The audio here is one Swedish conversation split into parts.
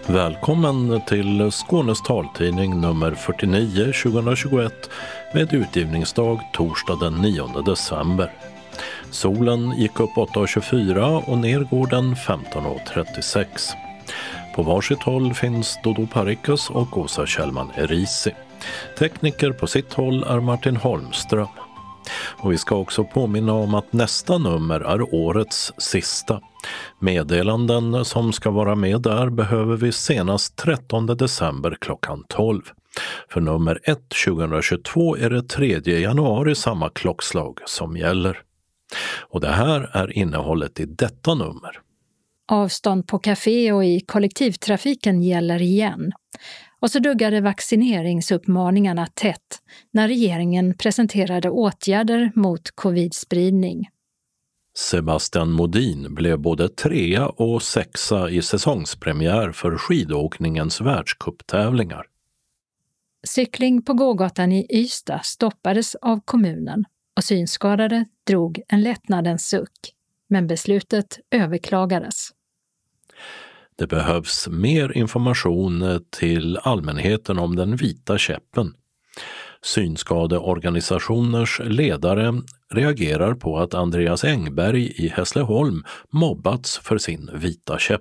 Välkommen till Skånes taltidning nummer 49 2021 med utgivningsdag torsdag den 9 december. Solen gick upp 8.24 och ner går den 15.36. På varsitt håll finns Dodo Parikas och Åsa Kjellman Erisi. Tekniker på sitt håll är Martin Holmström. Och vi ska också påminna om att nästa nummer är årets sista. Meddelanden som ska vara med där behöver vi senast 13 december klockan 12. För nummer 1 2022 är det 3 januari samma klockslag som gäller. Och det här är innehållet i detta nummer. Avstånd på café och i kollektivtrafiken gäller igen. Och så duggade vaccineringsuppmaningarna tätt när regeringen presenterade åtgärder mot covid-spridning. Sebastian Modin blev både 3 och 6 i säsongspremiär för skidåkningens världscuptävlingar. Cykling på gågatan i Ystad stoppades av kommunen och synskadade drog en lättnadens suck, men beslutet överklagades. Det behövs mer information till allmänheten om den vita käppen. Synskadeorganisationers ledare reagerar på att Andreas Engberg i Hässleholm mobbats för sin vita käpp.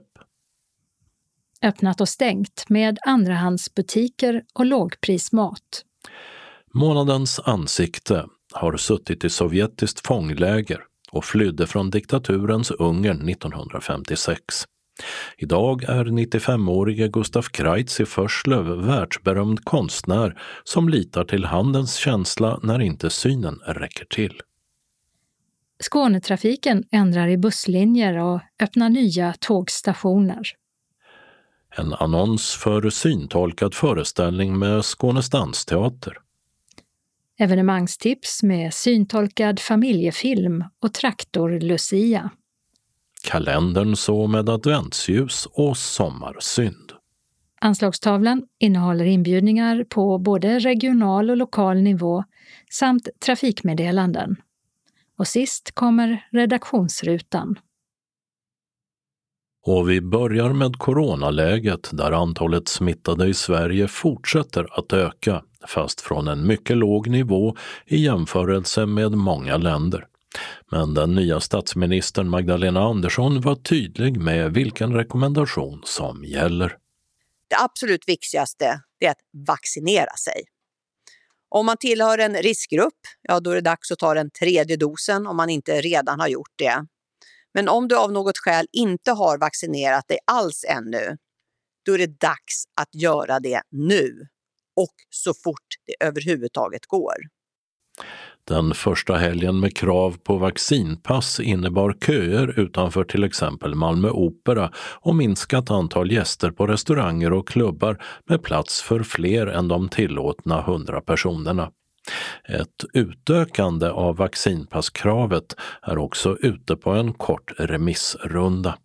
Öppnat och stängt med andrahandsbutiker och lågprismat. Månadens ansikte har suttit i sovjetiskt fångläger och flydde från diktaturens Ungern 1956. Idag är 95-årige Gustaf Kreitz i Förslöv världsberömd konstnär som litar till handens känsla när inte synen räcker till. Skånetrafiken ändrar i busslinjer och öppnar nya tågstationer. En annons för syntolkad föreställning med Skånes dansteater. Evenemangstips med syntolkad familjefilm och traktor-Lucia. Kalendern så med adventsljus och sommarsynd. Anslagstavlan innehåller inbjudningar på både regional och lokal nivå samt trafikmeddelanden. Och sist kommer redaktionsrutan. Och vi börjar med coronaläget där antalet smittade i Sverige fortsätter att öka, fast från en mycket låg nivå i jämförelse med många länder. Men den nya statsministern Magdalena Andersson var tydlig med vilken rekommendation som gäller. Det absolut viktigaste är att vaccinera sig. Om man tillhör en riskgrupp, ja då är det dags att ta den 3:e dosen om man inte redan har gjort det. Men om du av något skäl inte har vaccinerat dig alls ännu, då är det dags att göra det nu och så fort det överhuvudtaget går. Den första helgen med krav på vaccinpass innebar köer utanför till exempel Malmö Opera och minskat antal gäster på restauranger och klubbar med plats för fler än de tillåtna 100 personerna. Ett utökande av vaccinpasskravet är också ute på en kort remissrunda.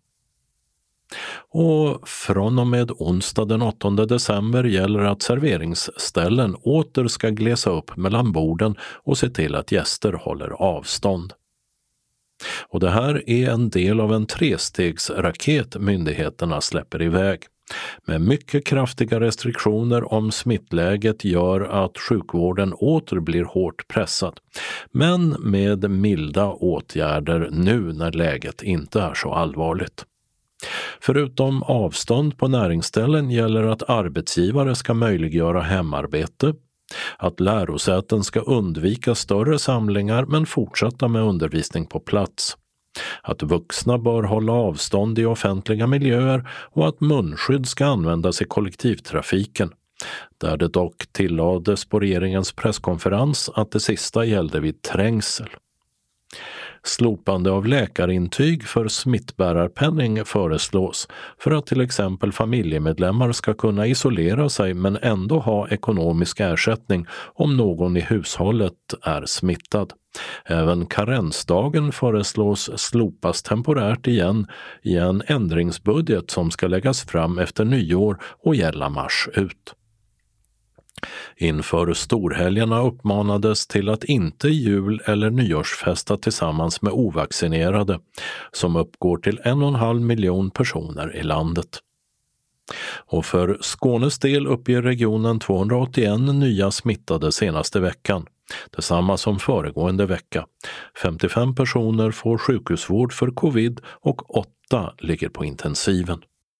Och från och med onsdag den 8 december gäller att serveringsställen åter ska glesa upp mellan borden och se till att gäster håller avstånd. Och det här är en del av en 3-stegsraket myndigheterna släpper iväg. Med mycket kraftiga restriktioner om smittläget gör att sjukvården åter blir hårt pressad. Men med milda åtgärder nu när läget inte är så allvarligt. Förutom avstånd på näringsställen gäller att arbetsgivare ska möjliggöra hemarbete, att lärosäten ska undvika större samlingar men fortsätta med undervisning på plats, att vuxna bör hålla avstånd i offentliga miljöer och att munskydd ska användas i kollektivtrafiken, där det dock tillades på regeringens presskonferens att det sista gällde vid trängsel. Slopande av läkarintyg för smittbärarpenning föreslås för att till exempel familjemedlemmar ska kunna isolera sig men ändå ha ekonomisk ersättning om någon i hushållet är smittad. Även karensdagen föreslås slopas temporärt igen i en ändringsbudget som ska läggas fram efter nyår och gälla mars ut. Inför storhelgerna uppmanades till att inte jul- eller nyårsfesta tillsammans med ovaccinerade, som uppgår till 1,5 miljon personer i landet. Och för Skånes del uppger regionen 281 nya smittade senaste veckan. Detsamma som föregående vecka. 55 personer får sjukhusvård för covid och 8 ligger på intensiven.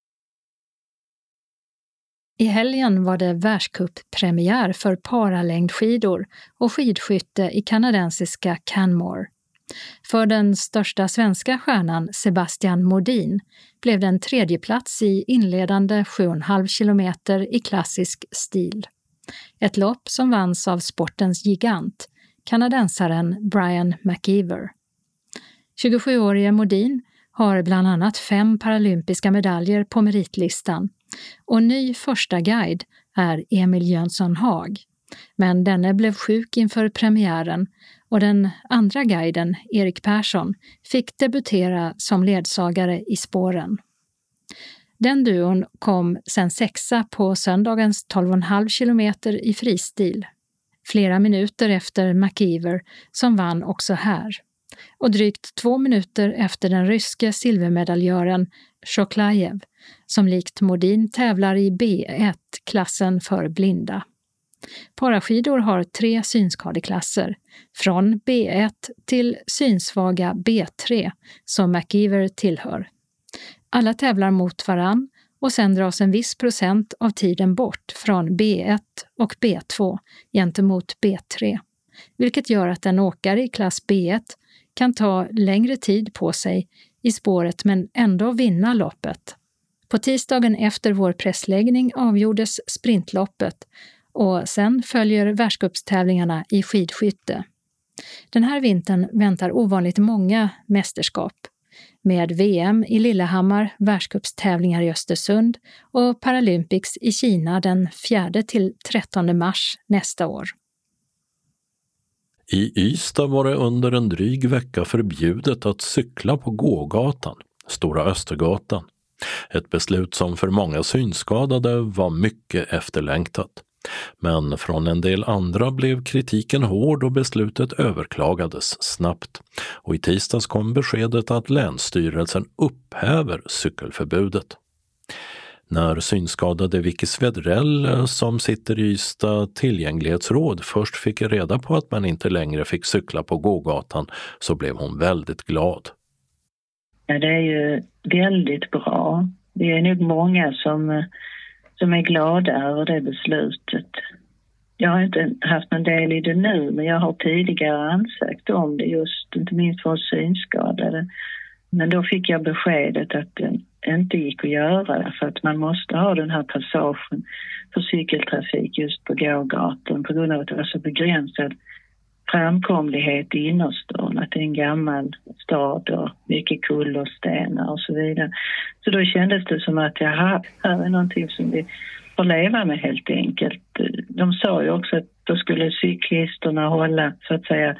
I helgen var det världscuppremiär för paralängdskidor och skidskytte i kanadensiska Canmore. För den största svenska stjärnan Sebastian Modin blev det en tredjeplats i inledande 7,5 kilometer i klassisk stil. Ett lopp som vanns av sportens gigant, kanadensaren Brian McIver. 27-årige Modin har bland annat 5 paralympiska medaljer på meritlistan och ny första guide är Emil Jönsson Haag. Men denne blev sjuk inför premiären och den andra guiden, Erik Persson, fick debutera som ledsagare i spåren. Den duon kom sen 6:a på söndagens 12,5 kilometer i fristil. Flera minuter efter McIver som vann också här. Och drygt 2 minuter efter den ryske silvermedaljören Shoklajev som likt Modin tävlar i B1-klassen för blinda. Paraskidor har 3 synskadeklasser, från B1 till synsvaga B3 som McIver tillhör. Alla tävlar mot varann och sen dras en viss procent av tiden bort från B1 och B2 gentemot B3, vilket gör att en åkare i klass B1 kan ta längre tid på sig i spåret men ändå vinna loppet. På tisdagen efter vår pressläggning avgjordes sprintloppet och sen följer världscupstävlingarna i skidskytte. Den här vintern väntar ovanligt många mästerskap med VM i Lillehammar, världscupstävlingar i Östersund och Paralympics i Kina den 4-13 mars nästa år. I Ystad var det under en dryg vecka förbjudet att cykla på gågatan, Stora Östergatan. Ett beslut som för många synskadade var mycket efterlängtat. Men från en del andra blev kritiken hård och beslutet överklagades snabbt. Och i tisdags kom beskedet att Länsstyrelsen upphäver cykelförbudet. När synskadade Vicky Svedrell som sitter i Ystad tillgänglighetsråd först fick reda på att man inte längre fick cykla på gågatan så blev hon väldigt glad. Ja, det är ju väldigt bra. Vi är nog många som är glada över det beslutet. Jag har inte haft någon del i det nu, men jag har tidigare ansökt om det just, inte minst för synskadade. Men då fick jag beskedet att det inte gick att göra för att man måste ha den här passagen för cykeltrafik just på gågatan på grund av att det var så begränsad framkomlighet i innerstan, att det är en gammal stad och mycket kullerstenar och så vidare. Så då kändes det som att här är någonting som vi får leva med helt enkelt. De sa ju också att då skulle cyklisterna hålla så att säga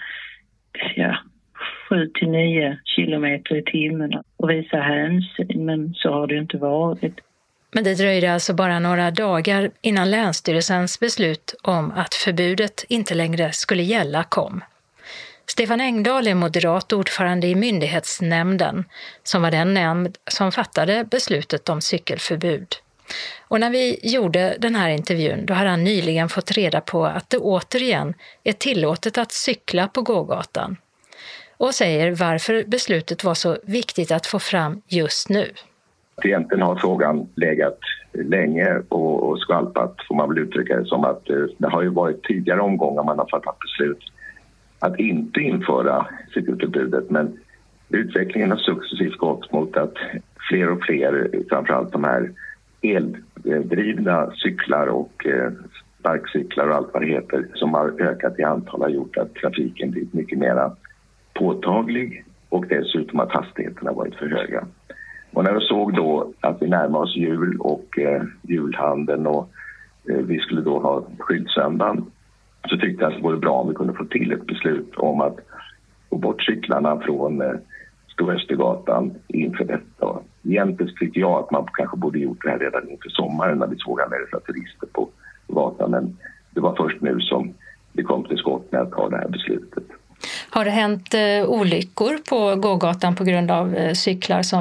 7-9 kilometer i timmen och visa hänsyn, men så har det inte varit. Men det dröjde alltså bara några dagar innan Länsstyrelsens beslut om att förbudet inte längre skulle gälla kom. Stefan Engdahl är moderat ordförande i myndighetsnämnden, som var den nämnd som fattade beslutet om cykelförbud. Och när vi gjorde den här intervjun då har han nyligen fått reda på att det återigen är tillåtet att cykla på gågatan. Och säger varför beslutet var så viktigt att få fram just nu. Egentligen har frågan legat länge och skvalpat, får man väl uttrycka det som, att det har ju varit tidigare omgångar man har fattat beslut att inte införa cykelförbudet, men utvecklingen har successivt gått mot att fler och fler, framförallt de här eldrivna cyklar och sparkcyklar och allt vad det heter, som har ökat i antal, har gjort att trafiken blivit mycket mer påtaglig och dessutom att hastigheterna varit för höga. Och när jag såg då att vi närmar oss jul och julhandeln och vi skulle då ha skyddssöndagen, så tyckte jag att det vore bra om vi kunde få till ett beslut om att få bort cyklarna från Stora Östergatan inför detta. Egentligen tycker jag att man kanske borde gjort det här redan inför sommaren när vi såg alla dessa turister på gatan, men det var först nu som vi kom till skott med att ta det här beslutet. Har det hänt olyckor på gågatan på grund av cyklar som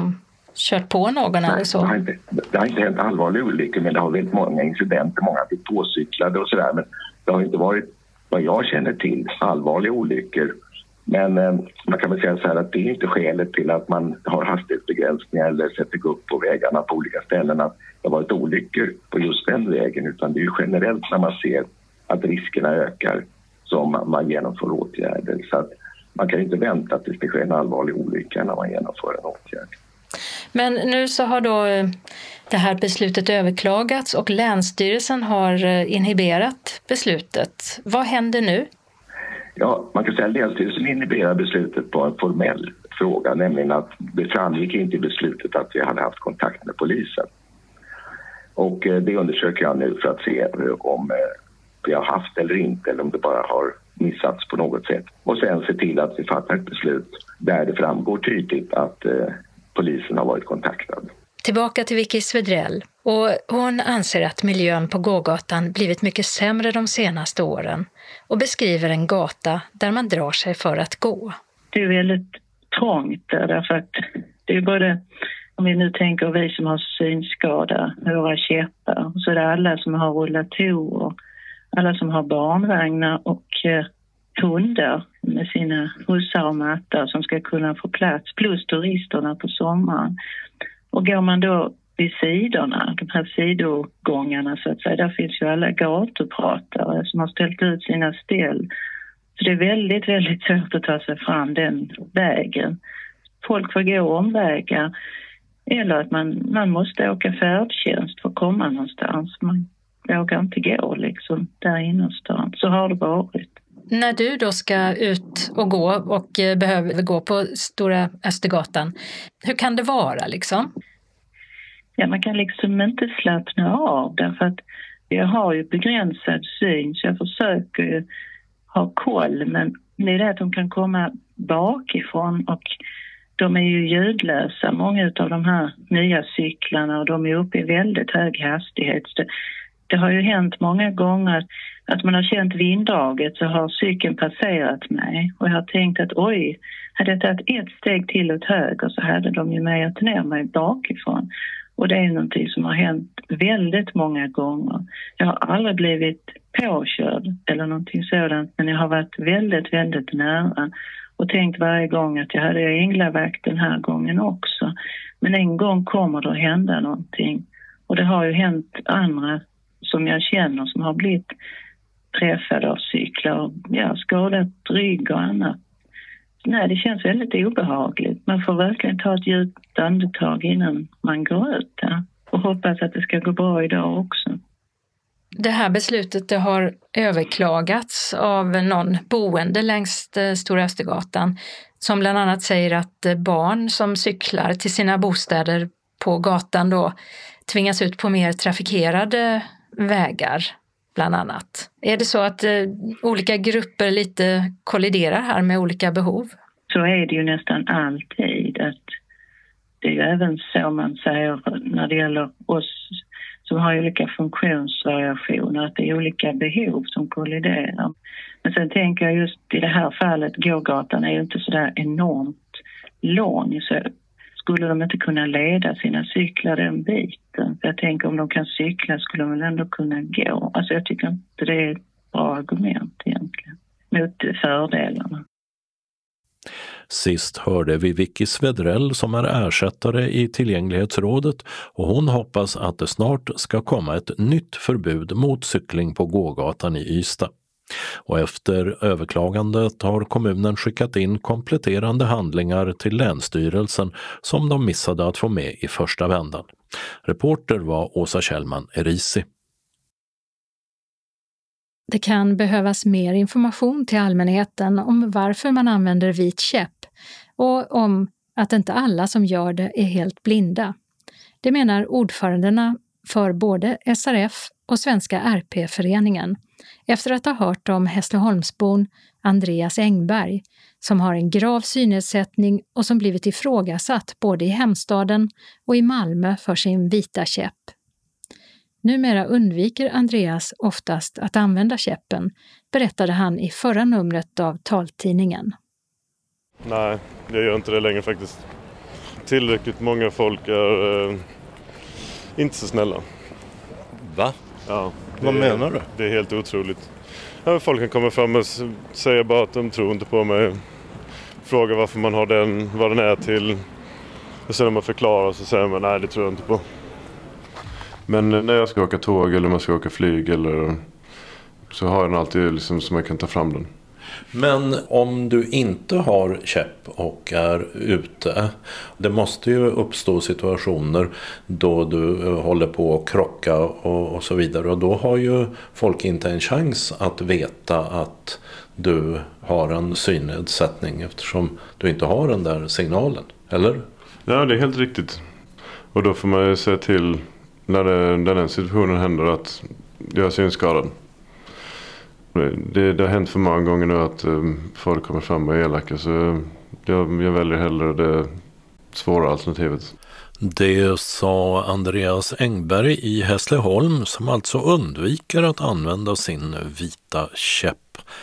kört på någon eller så? Det har inte hänt allvarliga olyckor, men det har väldigt många incidenter, många blivit påcyklade och sådär. Men det har inte varit, vad jag känner till, allvarliga olyckor. Men man kan väl säga så här att det är inte skälet till att man har hastighetsbegränsningar eller sätter upp på vägarna på olika ställen att det har varit olyckor på just den vägen, utan det är ju generellt när man ser att riskerna ökar som man genomför åtgärder. Så att man kan inte vänta att det ska ske en allvarlig olycka när man genomför en åtgärd. Men nu så har då det här beslutet överklagats och Länsstyrelsen har inhiberat beslutet. Vad händer nu? Ja, man kan säga att Länsstyrelsen inhiberar beslutet på en formell fråga, nämligen att det framgick inte i beslutet att vi hade haft kontakt med polisen. Och det undersöker jag nu för att se om vi har haft eller inte, eller om det bara har missats på något sätt. Och sen se till att vi fattar ett beslut där det framgår tydligt att polisen har varit kontaktad. Tillbaka till Vicky Svedrell. Och hon anser att miljön på gågatan blivit mycket sämre de senaste åren och beskriver en gata där man drar sig för att gå. Det är väldigt trångt där, därför att det är både, om vi nu tänker vi som har synskada, våra käppar, så är det alla som har rullatorer, alla som har barnvagnar och hundar med sina hussar och mattar som ska kunna få plats, plus turisterna på sommaren. Och går man då vid sidorna, de här sidogångarna så att säga, där finns ju alla gatupratare som har ställt ut sina ställ. Så det är väldigt, väldigt svårt att ta sig fram den vägen. Folk får gå omvägar eller att man måste åka färdtjänst för att komma någonstans. Man vågar inte gå liksom där innerstan. Så har det varit. När du då ska ut och gå och behöver gå på Stora Östergatan, hur kan det vara liksom? Ja, man kan liksom inte slappna av därför att jag har ju begränsad syn så jag försöker ju ha koll, men det är det att de kan komma bakifrån och de är ju ljudlösa, många av de här nya cyklarna, och de är uppe i väldigt hög hastighet. Det har ju hänt många gånger att man har känt vinddraget så har cykeln passerat mig och jag har tänkt att oj, hade jag tagit ett steg till åt höger så hade de ju mejat ner mig bakifrån. Och det är någonting som har hänt väldigt många gånger. Jag har aldrig blivit påkörd eller någonting sådant, men jag har varit väldigt, väldigt nära och tänkt varje gång att jag hade änglavakt den här gången också. Men en gång kommer det att hända någonting. Och det har ju hänt andra som jag känner som har blivit träffade av cyklar och skadat rygg och annat. Nej, det känns väldigt obehagligt. Man får verkligen ta ett djupt andetag innan man går ut där. Och hoppas att det ska gå bra idag också. Det här beslutet det har överklagats av någon boende längs Stora Östergatan som bland annat säger att barn som cyklar till sina bostäder på gatan då tvingas ut på mer trafikerade vägar bland annat. Är det så att olika grupper lite kolliderar här med olika behov? Så är det ju nästan alltid. Att det är ju även så man säger när det gäller oss som har olika funktionsvariationer, att det är olika behov som kolliderar. Men sen tänker jag just i det här fallet, gågatan är ju inte så där enormt lång, så skulle de inte kunna leda sina cyklar den biten. För jag tänker om de kan cykla skulle de väl ändå kunna gå. Alltså jag tycker inte det är ett bra argument egentligen mot fördelarna. Sist hörde vi Vicky Svedrell som är ersättare i tillgänglighetsrådet och hon hoppas att det snart ska komma ett nytt förbud mot cykling på gågatan i Ystad. Och efter överklagandet har kommunen skickat in kompletterande handlingar till Länsstyrelsen som de missade att få med i första vändan. Reporter var Åsa Kjellman Erisi. Det kan behövas mer information till allmänheten om varför man använder vit käpp och om att inte alla som gör det är helt blinda. Det menar ordförandena för både SRF och Svenska RP-föreningen efter att ha hört om Hässleholmsbon Andreas Engberg som har en grav synnedsättning och som blivit ifrågasatt både i hemstaden och i Malmö för sin vita käpp. Numera undviker Andreas oftast att använda käppen, berättade han i förra numret av taltidningen. Nej, jag gör inte det längre faktiskt. tillräckligt många folk är inte så snälla. Va? Ja. Vad menar du? Det är helt otroligt. Ja, folk kan komma fram och säga bara att de tror inte på mig. Fråga varför man har den, vad den är till. Och sen när man förklarar så säger man nej, det tror jag inte på. Men när jag ska åka tåg eller man ska åka flyg eller så har jag den alltid liksom så man kan ta fram den. Men om du inte har käpp och är ute, det måste ju uppstå situationer då du håller på att krocka och så vidare. Och då har ju folk inte en chans att veta att du har en synnedsättning eftersom du inte har den där signalen, eller? Ja, det är helt riktigt. Och då får man ju säga till när den situationen händer att jag är synskadad. Det har hänt för många gånger nu att folk kommer fram och är elaka, så jag väljer hellre det svåra alternativet. Det sa Andreas Engberg i Hässleholm som alltså undviker att använda sin vita käpp.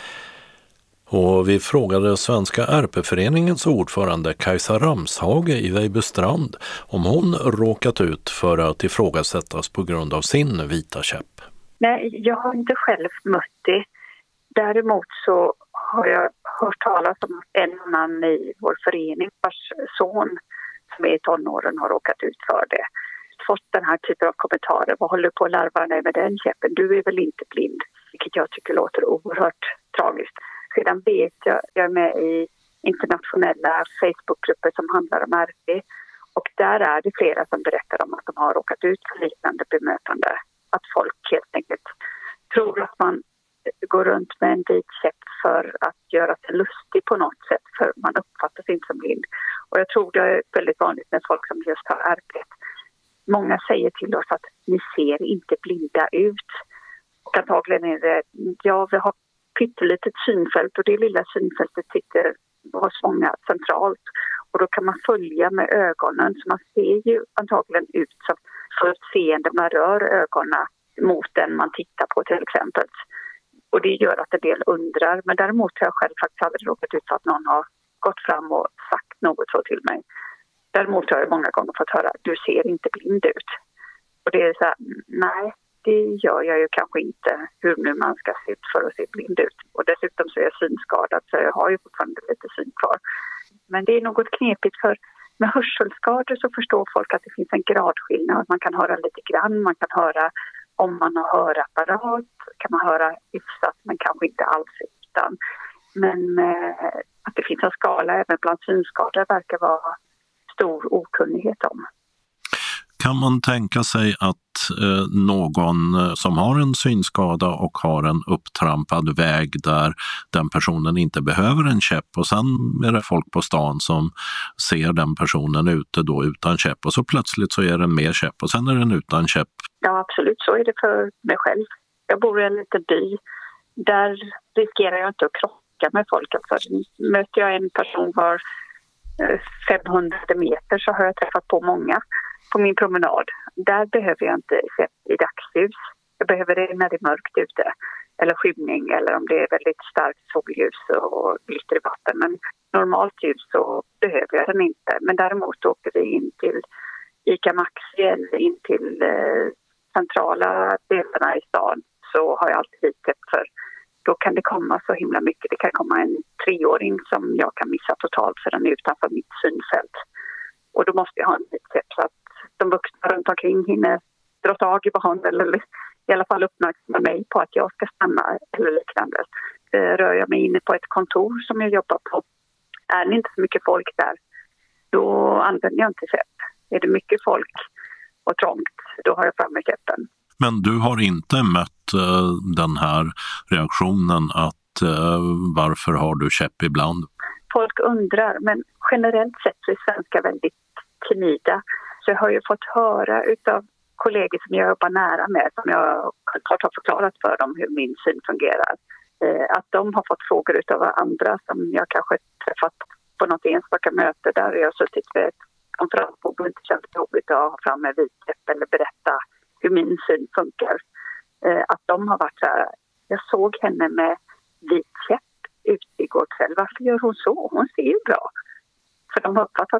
Och vi frågade Svenska RP-föreningens ordförande Kajsa Ramshage i Vejbystrand om hon råkat ut för att ifrågasättas på grund av sin vita käpp. Nej, jag har inte själv mött det. Däremot så har jag hört talas om en annan i vår förening vars son som är i tonåren har råkat ut för det. Fått den här typen av kommentarer. Vad håller du på att larva dig med den käppen? Du är väl inte blind? Vilket jag tycker låter oerhört tragiskt. Sedan vet jag är med i internationella Facebookgrupper som handlar om RP. Och där är det flera som berättar om att de har råkat ut för liknande bemötande. Att folk helt enkelt tror att man går runt med en vit käpp för att göra sig lustig på något sätt. För man uppfattas inte som blind. Och jag tror det är väldigt vanligt med folk som just har RP. Många säger till oss att ni ser inte blinda ut. Och antagligen är det, ja, vi har pyttelitet synfält och det lilla synfältet sitter hos många centralt. Och då kan man följa med ögonen, så man ser ju antagligen ut som förutseende. Man rör ögonen mot den man tittar på till exempel. Och det gör att en del undrar. Men däremot har jag själv faktiskt aldrig råkat ut för att någon har gått fram och sagt något så till mig. Däremot har jag många gånger fått höra, du ser inte blind ut. Och det är så här, nej, det gör jag ju kanske inte, hur nu man ska se ut för att se blind ut. Och dessutom så är jag synskadad, så jag har ju fortfarande lite syn kvar. Men det är något knepigt, för med hörselskador så förstår folk att det finns en gradskillnad. Man kan höra lite grann, man kan höra om man har hörapparat, kan man höra hyfsat men kanske inte alls utan. Men att det finns en skala även bland synskador verkar vara stor okunnighet om. Kan man tänka sig att någon som har en synskada och har en upptrampad väg där den personen inte behöver en käpp, och sen är det folk på stan som ser den personen ute då utan käpp och så plötsligt så är den med käpp och sen är den utan käpp? Ja, absolut, så är det för mig själv. Jag bor i en liten by. Där riskerar jag inte att krocka med folk. Alltså, möter jag en person var 500 meter så har jag träffat på många på min promenad. Där behöver jag inte käpp i dagsljus. Jag behöver det när det är mörkt ute. Eller skymning, eller om det är väldigt starkt solljus och glitter i vatten. Men normalt ljus så behöver jag den inte. Men däremot åker vi in till ICA Maxi eller in till centrala delarna i stan, så har jag alltid käpp, för då kan det komma så himla mycket. Det kan komma en 3-åring som jag kan missa totalt för den är utanför mitt synfält. Och då måste jag ha en käpp så att de vuxna runt omkring hinner dra tag i barn eller i alla fall uppmärksamma mig på att jag ska stanna eller liknande. Rör jag mig inne på ett kontor som jag jobbar på, är det inte så mycket folk där, då använder jag inte käpp. Är det mycket folk och trångt, då har jag framme käppen. Men du har inte mött den här reaktionen att varför har du käpp ibland? Folk undrar, men generellt sett så är svenskar väldigt timida. Så jag har ju fått höra utav kollegor som jag jobbar nära med, som jag har förklarat för dem hur min syn fungerar. Att de har fått frågor utav andra som jag kanske träffat på något enstaka möte där jag har suttit vid ett konferensbord och inte känt behov av att ha fram en vit käpp eller berätta hur min syn funkar. Att de har varit så här, jag såg henne med vit käpp ute igår kväll. Varför gör hon så? Hon ser ju bra. För de har uppfattat att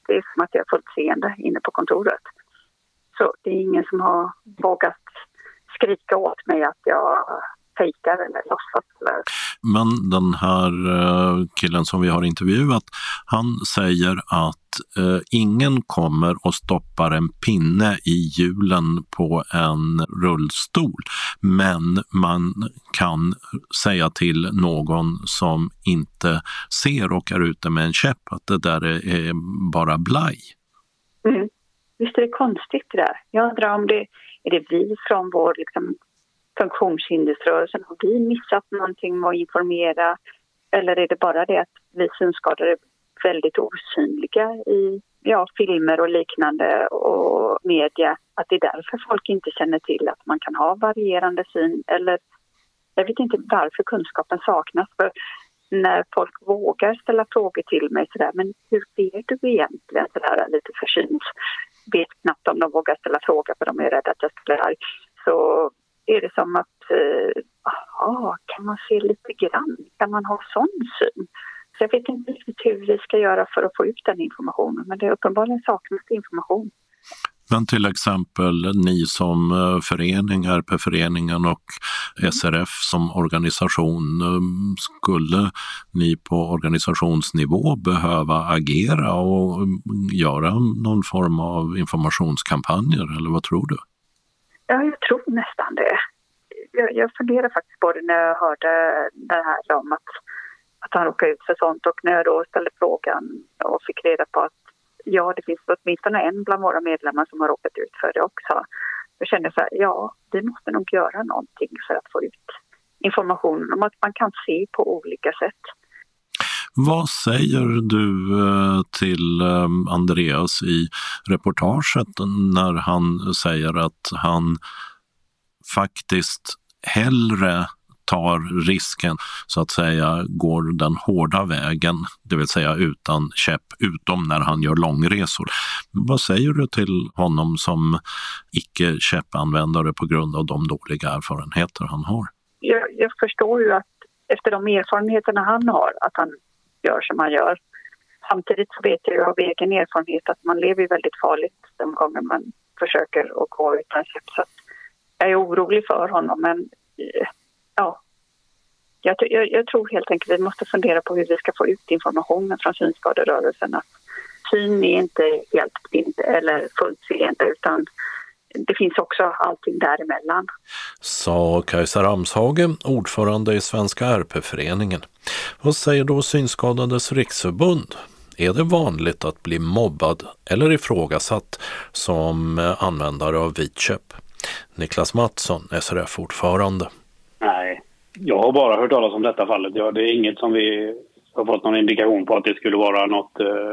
det är som att jag är fullt seende inne på kontoret. Så det är ingen som har vågat skrika åt mig att jag fejkar eller låtsas. Men den här killen som vi har intervjuat, han säger att ingen kommer och stoppar en pinne i hjulen på en rullstol, men man kan säga till någon som inte ser och är ute med en käpp att det där är bara blaj. Mm. Visst är det konstigt det där. Jag undrar om är det vi från vår funktionshindersrörelsen, har vi missat någonting med att informera, eller är det bara det att vi synskadade är väldigt osynliga i filmer och liknande och media, att det är därför folk inte känner till att man kan ha varierande syn, eller jag vet inte varför kunskapen saknas. För när folk vågar ställa frågor till mig sådär, men hur ser du egentligen sådär lite försynt, vet knappt om de vågar ställa frågor för de är rädda att jag ska bli arg, så är det som att kan man se lite grann, kan man ha sån syn? Så jag vet inte riktigt hur vi ska göra för att få ut den informationen, men det är uppenbarligen saknas information. Men till exempel ni som förening, RP-föreningen och SRF som organisation, skulle ni på organisationsnivå behöva agera och göra någon form av informationskampanjer, eller vad tror du? Ja, jag tror nästan det. Jag funderar faktiskt på det när jag hörde det här om att han råkade ut för sånt, och när jag då ställde frågan och fick reda på att det finns åtminstone en bland våra medlemmar som har råkat ut för det också. Jag kände så här, vi måste nog göra någonting för att få ut information om att man kan se på olika sätt. Vad säger du till Andreas i reportaget när han säger att han faktiskt hellre tar risken, så att säga, går den hårda vägen, det vill säga utan käpp, utom när han gör långresor. Vad säger du till honom som icke-käppanvändare på grund av de dåliga erfarenheter han har? Jag förstår ju att efter de erfarenheterna han har, att han gör som han gör. Samtidigt så vet jag av egen erfarenhet att man lever väldigt farligt de gånger man försöker att gå utan käpp. Så jag är orolig för honom, men jag tror helt enkelt att vi måste fundera på hur vi ska få ut informationen från synskaderörelsen. Att syn är inte helt blind eller fullt seende, utan det finns också allting däremellan. Sa Kajsa Ramshage, ordförande i Svenska RP-föreningen. Vad säger då Synskadades riksförbund? Är det vanligt att bli mobbad eller ifrågasatt som användare av vit käpp? Niklas Mattsson, SRF-ordförande. Nej, jag har bara hört talas om detta fallet. Det är inget som vi har fått någon indikation på att det skulle vara något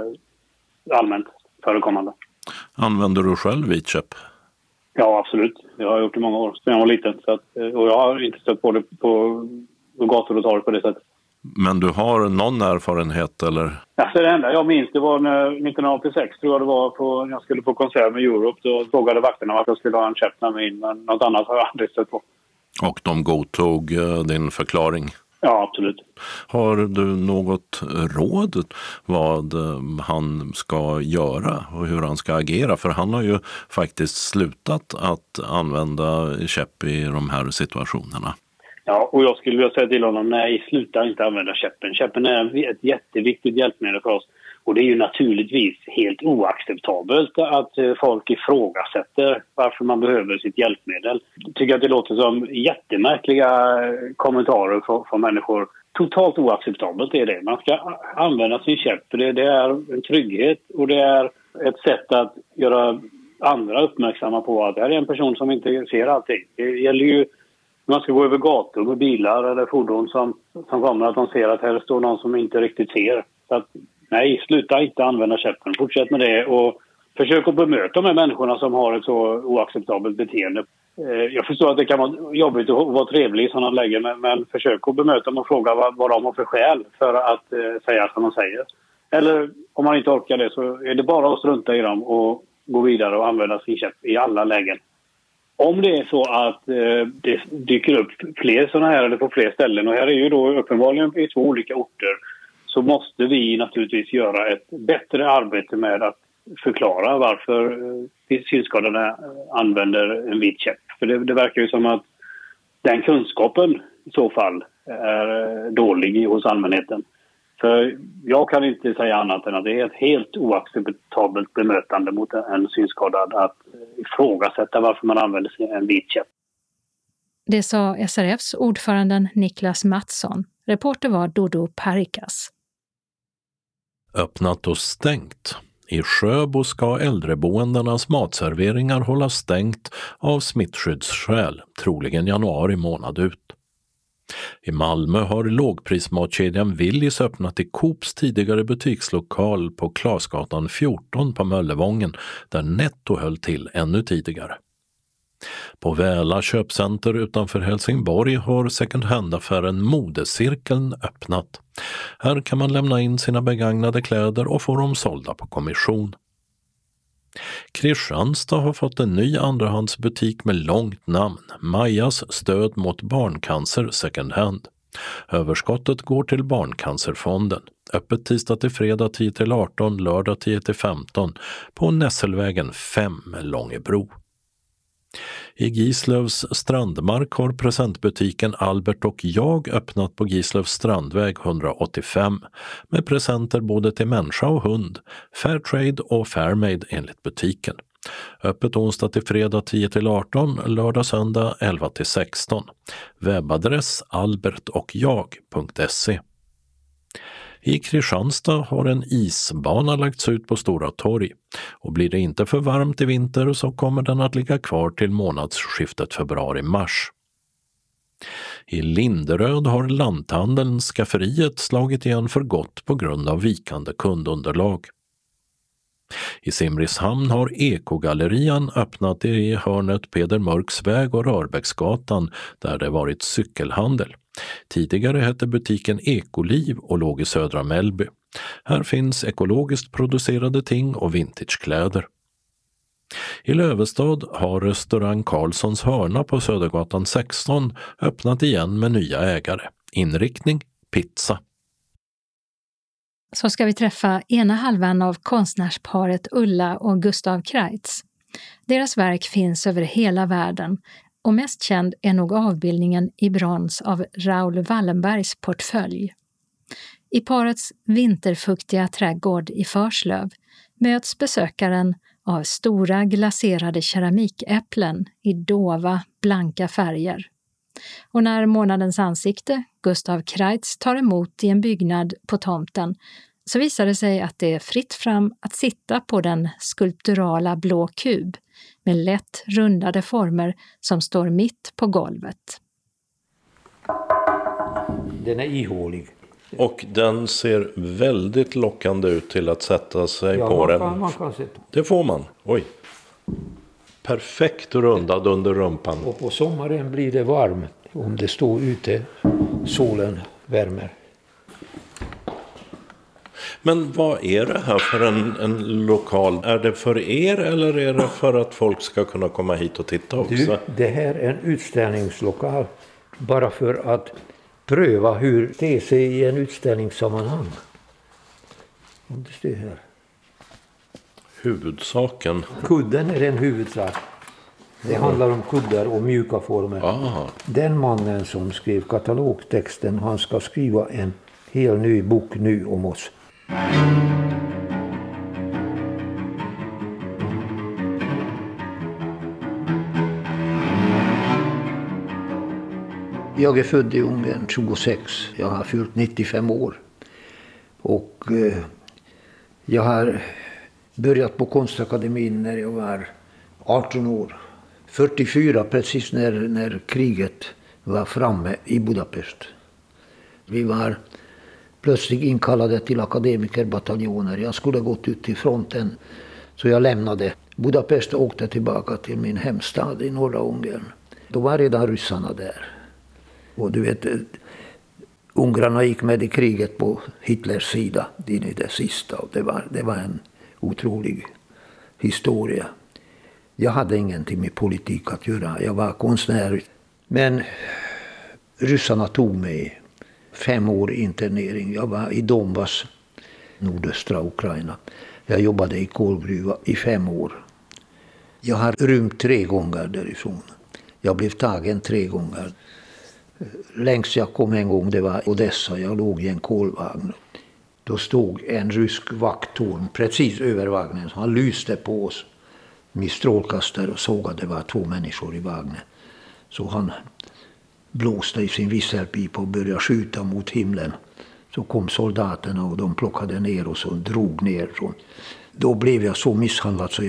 allmänt förekommande. Använder du själv vit käpp? Ja, absolut. Jag har gjort i många år sedan jag var liten. Och jag har inte stött på det på gator och torg på det sättet. Men du har någon erfarenhet, eller? Alltså det enda jag minns, det var när 1986 tror jag det var, jag skulle på konsert med Europe. Då frågade vakterna varför jag skulle ha en käpp med mig in, men något annat har jag aldrig stött på. Och de godtog din förklaring? Ja, absolut. Har du något råd vad han ska göra och hur han ska agera? För han har ju faktiskt slutat att använda käpp i de här situationerna. Ja, och jag skulle vilja säga till honom, nej, sluta inte använda käppen. Käppen är ett jätteviktigt hjälpmedel för oss. Och det är ju naturligtvis helt oacceptabelt att folk ifrågasätter varför man behöver sitt hjälpmedel. Jag tycker att det låter som jättemärkliga kommentarer från människor. Totalt oacceptabelt är det. Man ska använda sin käpp, för det är en trygghet och det är ett sätt att göra andra uppmärksamma på att det här är en person som inte ser allting. Det gäller ju man ska gå över gator med bilar eller fordon som kommer att de ser att här står någon som inte riktigt ser. Så att, nej, sluta inte använda käppen. Fortsätt med det och försök att bemöta de här människorna som har ett så oacceptabelt beteende. Jag förstår att det kan vara jobbigt att vara trevlig i sådana lägen, men försök att bemöta dem och fråga vad de har för skäl för att säga som de säger. Eller om man inte orkar det, så är det bara att strunta i dem och gå vidare och använda sin käpp i alla lägen. Om det är så att det dyker upp fler sådana här eller på fler ställen, och här är ju då uppenbarligen i 2 olika orter, så måste vi naturligtvis göra ett bättre arbete med att förklara varför synskadade använder en vit käpp. För det verkar ju som att den kunskapen i så fall är dålig hos allmänheten. För jag kan inte säga annat än att det är ett helt oacceptabelt bemötande mot en synskadad att ifrågasätta varför man använder en vit käpp. Det sa SRFs ordföranden Niklas Mattsson. Reporter var Dodo Parikas. Öppnat och stängt. I Sjöbo ska äldreboendernas matserveringar hålla stängt av smittskyddsskäl, troligen januari månad ut. I Malmö har lågprismatkedjan Willys öppnat i Coops tidigare butikslokal på Klasgatan 14 på Möllevången, där Netto höll till ännu tidigare. På Väla köpcenter utanför Helsingborg har second hand-affären Modecirkeln öppnat. Här kan man lämna in sina begagnade kläder och få dem sålda på kommission. Kristianstad har fått en ny andrahandsbutik med långt namn, Majas stöd mot barncancer second hand. Överskottet går till Barncancerfonden. Öppet tisdag till fredag 10-18, lördag 10-15 på Nässelvägen 5 Långebro. I Gislövs strandmark har presentbutiken Albert och jag öppnat på Gislövs strandväg 185 med presenter både till människa och hund, Fairtrade och Fairmade enligt butiken. Öppet onsdag till fredag 10-18, lördag söndag 11-16. Webbadress albertochjag.se. I Kristianstad har en isbana lagts ut på Stora torg och blir det inte för varmt i vinter så kommer den att ligga kvar till månadsskiftet februari-mars. I Linderöd har lanthandeln Skafferiet slagit igen för gott på grund av vikande kundunderlag. I Simrishamn har Ekogallerian öppnat i hörnet Peder Mörks väg och Rörbäcksgatan där det varit cykelhandel. Tidigare hette butiken Ekoliv och låg i södra Mellby. Här finns ekologiskt producerade ting och vintagekläder. I Lövestad har restaurang Karlssons hörna på Södergatan 16 öppnat igen med nya ägare. Inriktning pizza. Så ska vi träffa ena halvan av konstnärsparet Ulla och Gustav Kreitz. Deras verk finns över hela världen och mest känd är nog avbildningen i brons av Raoul Wallenbergs portfölj. I parets vinterfuktiga trädgård i Förslöv möts besökaren av stora glaserade keramikäpplen i dova, blanka färger. Och när månadens ansikte, Gustav Kreitz, tar emot i en byggnad på tomten så visar det sig att det är fritt fram att sitta på den skulpturala blå kub med lätt rundade former som står mitt på golvet. Den är ihålig. Och den ser väldigt lockande ut till att sätta sig på den. Man kan sätta. Det får man. Oj. Perfekt rundad under rumpan. Och på sommaren blir det varmt om det står ute. Solen värmer. Men vad är det här för en lokal? Är det för er eller är det för att folk ska kunna komma hit och titta också? Det här är en utställningslokal bara för att pröva hur det ser i en utställningssammanhang. Om det står här. Huvudsaken. Kudden är en huvudsak. Det handlar om kuddar och mjuka former. Aha. Den mannen som skrev katalogtexten, han ska skriva en hel ny bok nu om oss. Jag är född i Ungern 26. Jag har fyllt 95 år. Och jag har börjat på konstakademin när jag var 18 år. 44, precis när kriget var framme i Budapest. Vi var plötsligt inkallade till akademikerbataljoner. Jag skulle gått ut till fronten, så jag lämnade Budapest och åkte tillbaka till min hemstad i norra Ungern. Då var redan ryssarna där. Och du vet, ungrarna gick med i kriget på Hitlers sida in i det sista. Och det var en otrolig historia. Jag hade ingenting med politik att göra. Jag var konstnär. Men ryssarna tog mig 5 år internering. Jag var i Donbass, nordöstra Ukraina. Jag jobbade i kolgruva i 5 år. Jag har rymt 3 gånger därifrån. Jag blev tagen 3 gånger. Längst jag kom en gång, det var Odessa. Jag låg i en kolvagn. Då stod en rysk vakttorn precis över vagnen. Han lyste på oss med strålkastare och såg att det var 2 människor i vagnen. Så han blåste i sin visselpipa och började skjuta mot himlen. Så kom soldaterna och de plockade ner oss och drog ner. Då blev jag så misshandlad så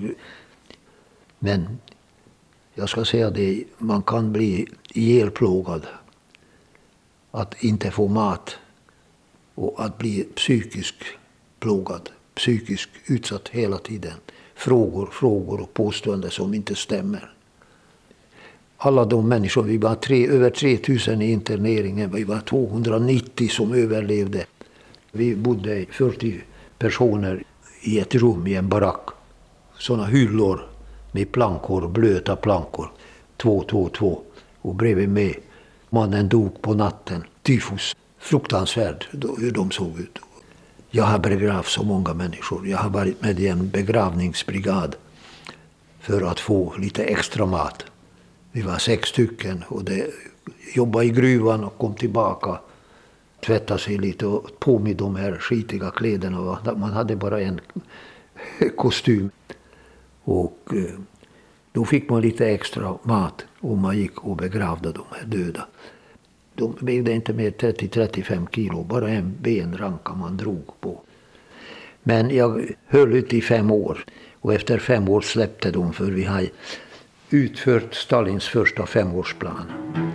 Men jag ska säga det, man kan bli ihjälplågad. Att inte få mat och att bli psykiskt plågad, psykiskt utsatt hela tiden. Frågor och påståenden som inte stämmer. Alla de människor, vi var över 3000 i interneringen, vi var 290 som överlevde. Vi bodde 40 personer i ett rum i en barack. Sådana hyllor med plankor, blöta plankor. 2. Och bredvid mig, mannen dog på natten. Tyfus. Fruktansvärt hur de såg ut. Jag har begravt så många människor. Jag har varit med i en begravningsbrigad för att få lite extra mat. Vi var 6 stycken och jobbade i gruvan och kom tillbaka. Tvättade sig lite och på med de här skitiga kläderna. Man hade bara en kostym. Och då fick man lite extra mat och man gick och begravde de här döda. De vägde inte mer 30-35 kilo, bara en benranka man drog på. Men jag höll ut i 5 år och efter 5 år släppte de för vi har utfört Stalins första 5-årsplan.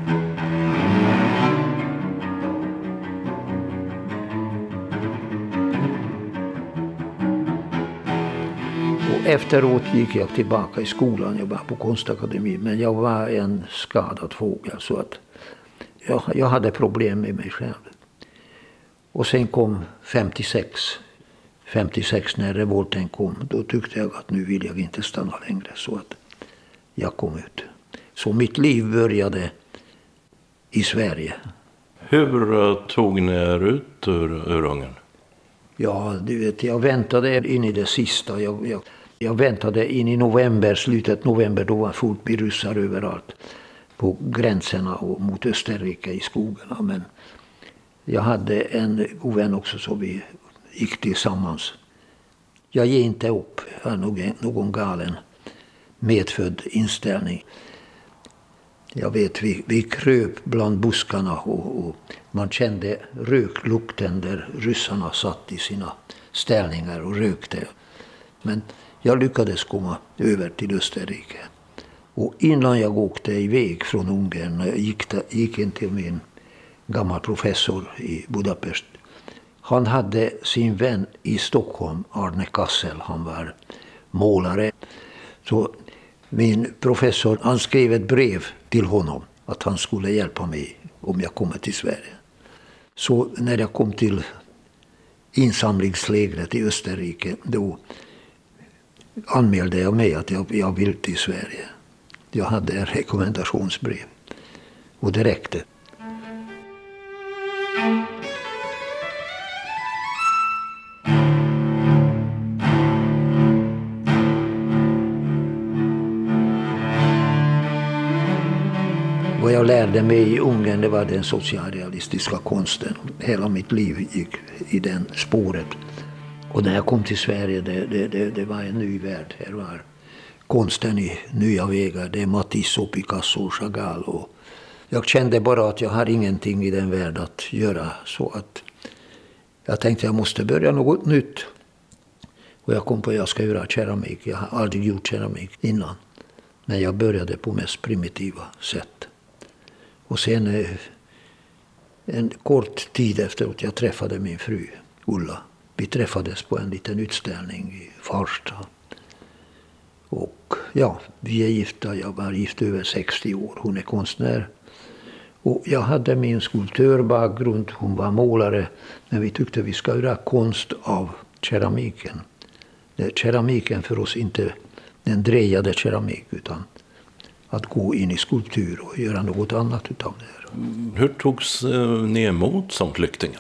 Och efteråt gick jag tillbaka i skolan, jag var på konstakademin, men jag var en skadad fågel så att jag hade problem med mig själv. Och sen kom 56 när revolten kom, då tyckte jag att nu vill jag inte stanna längre så att jag kom ut. Så mitt liv började i Sverige. Hur tog ni er ut ur Ungern? Ja, du vet, jag väntade in i det sista. Jag väntade in i november, slutet november, då var fullt med ryssar överallt. På gränserna och mot Österrike i skogarna. Men jag hade en god vän också så vi gick tillsammans. Jag ger inte upp, jag har någon galen medfödd inställning. Jag vet, vi kröp bland buskarna och man kände röklukten där ryssarna satt i sina ställningar och rökte. Men jag lyckades komma över till Österrike. Och innan jag åkte iväg från Ungern gick in till min gammal professor i Budapest. Han hade sin vän i Stockholm, Arne Kassel, han var målare. Så min professor, han skrev ett brev till honom att han skulle hjälpa mig om jag kommer till Sverige. Så när jag kom till insamlingslägret i Österrike, då anmälde jag mig att jag vill till Sverige. Jag hade en rekommendationsbrev och det räckte. Vad jag lärde mig i Ungern, det var den socialrealistiska konsten. Hela mitt liv gick i den spåret. Och när jag kom till Sverige, det var en ny värld. Här var konsten i nya vägar. Det är Matisse och Picasso och Chagall. Och jag kände bara att jag har ingenting i den världen att göra. Så att jag tänkte jag måste börja något nytt. Och jag kom på att jag ska göra keramik. Jag har aldrig gjort keramik innan. Men jag började på mest primitiva sätt. Och sen en kort tid efter att jag träffade min fru Ulla. Vi träffades på en liten utställning i Farsta. Och ja, vi är gifta. Jag var gift över 60 år. Hon är konstnär. Och jag hade min skulptörbakgrund. Hon var målare. Men vi tyckte vi ska göra konst av keramiken. Keramiken för oss inte den drejade keramik utan att gå in i skulptur och göra något annat utav det här. Hur togs ni emot som flyktingar?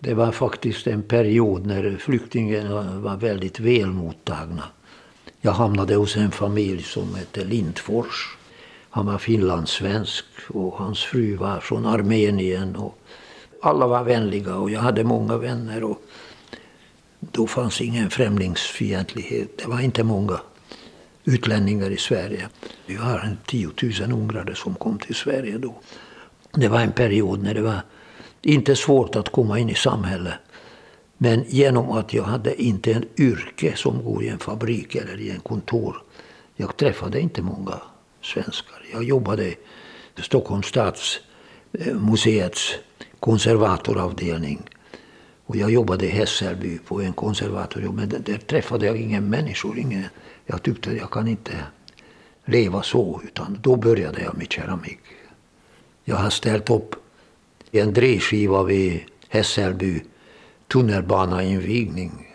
Det var faktiskt en period när flyktingarna var väldigt väl mottagna. Jag hamnade hos en familj som hette Lindfors. Han var finlandssvensk och hans fru var från Armenien. Och alla var vänliga och jag hade många vänner. Och då fanns ingen främlingsfientlighet. Det var inte många utlänningar i Sverige. Vi var 10 000 ungrare som kom till Sverige då. Det var en period när det var inte svårt att komma in i samhället. Men genom att jag hade inte en yrke som går i en fabrik eller i en kontor. Jag träffade inte många svenskar. Jag jobbade i Stockholms stadsmuseets konservatoravdelning. Och jag jobbade i Hässelby på en konservatorjobb. Men där träffade jag ingen människor. Jag tyckte jag kan inte leva så. Utan då började jag med keramik. Jag har ställt upp en drejskiva vid Hässelby tunnelbanainvigning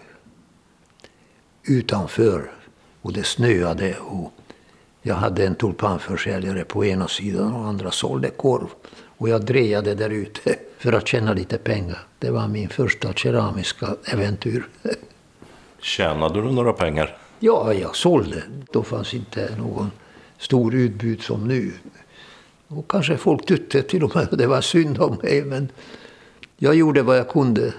utanför. Och det snöade och jag hade en tulpanförsäljare på ena sidan och andra sålde korv. Och jag drejade där ute för att tjäna lite pengar. Det var min första keramiska äventyr. Tjänade du några pengar? Ja, jag sålde. Då fanns inte någon stor utbud som nu. Och kanske folk tyckte till och med att det var synd om mig. Men jag gjorde vad jag kunde.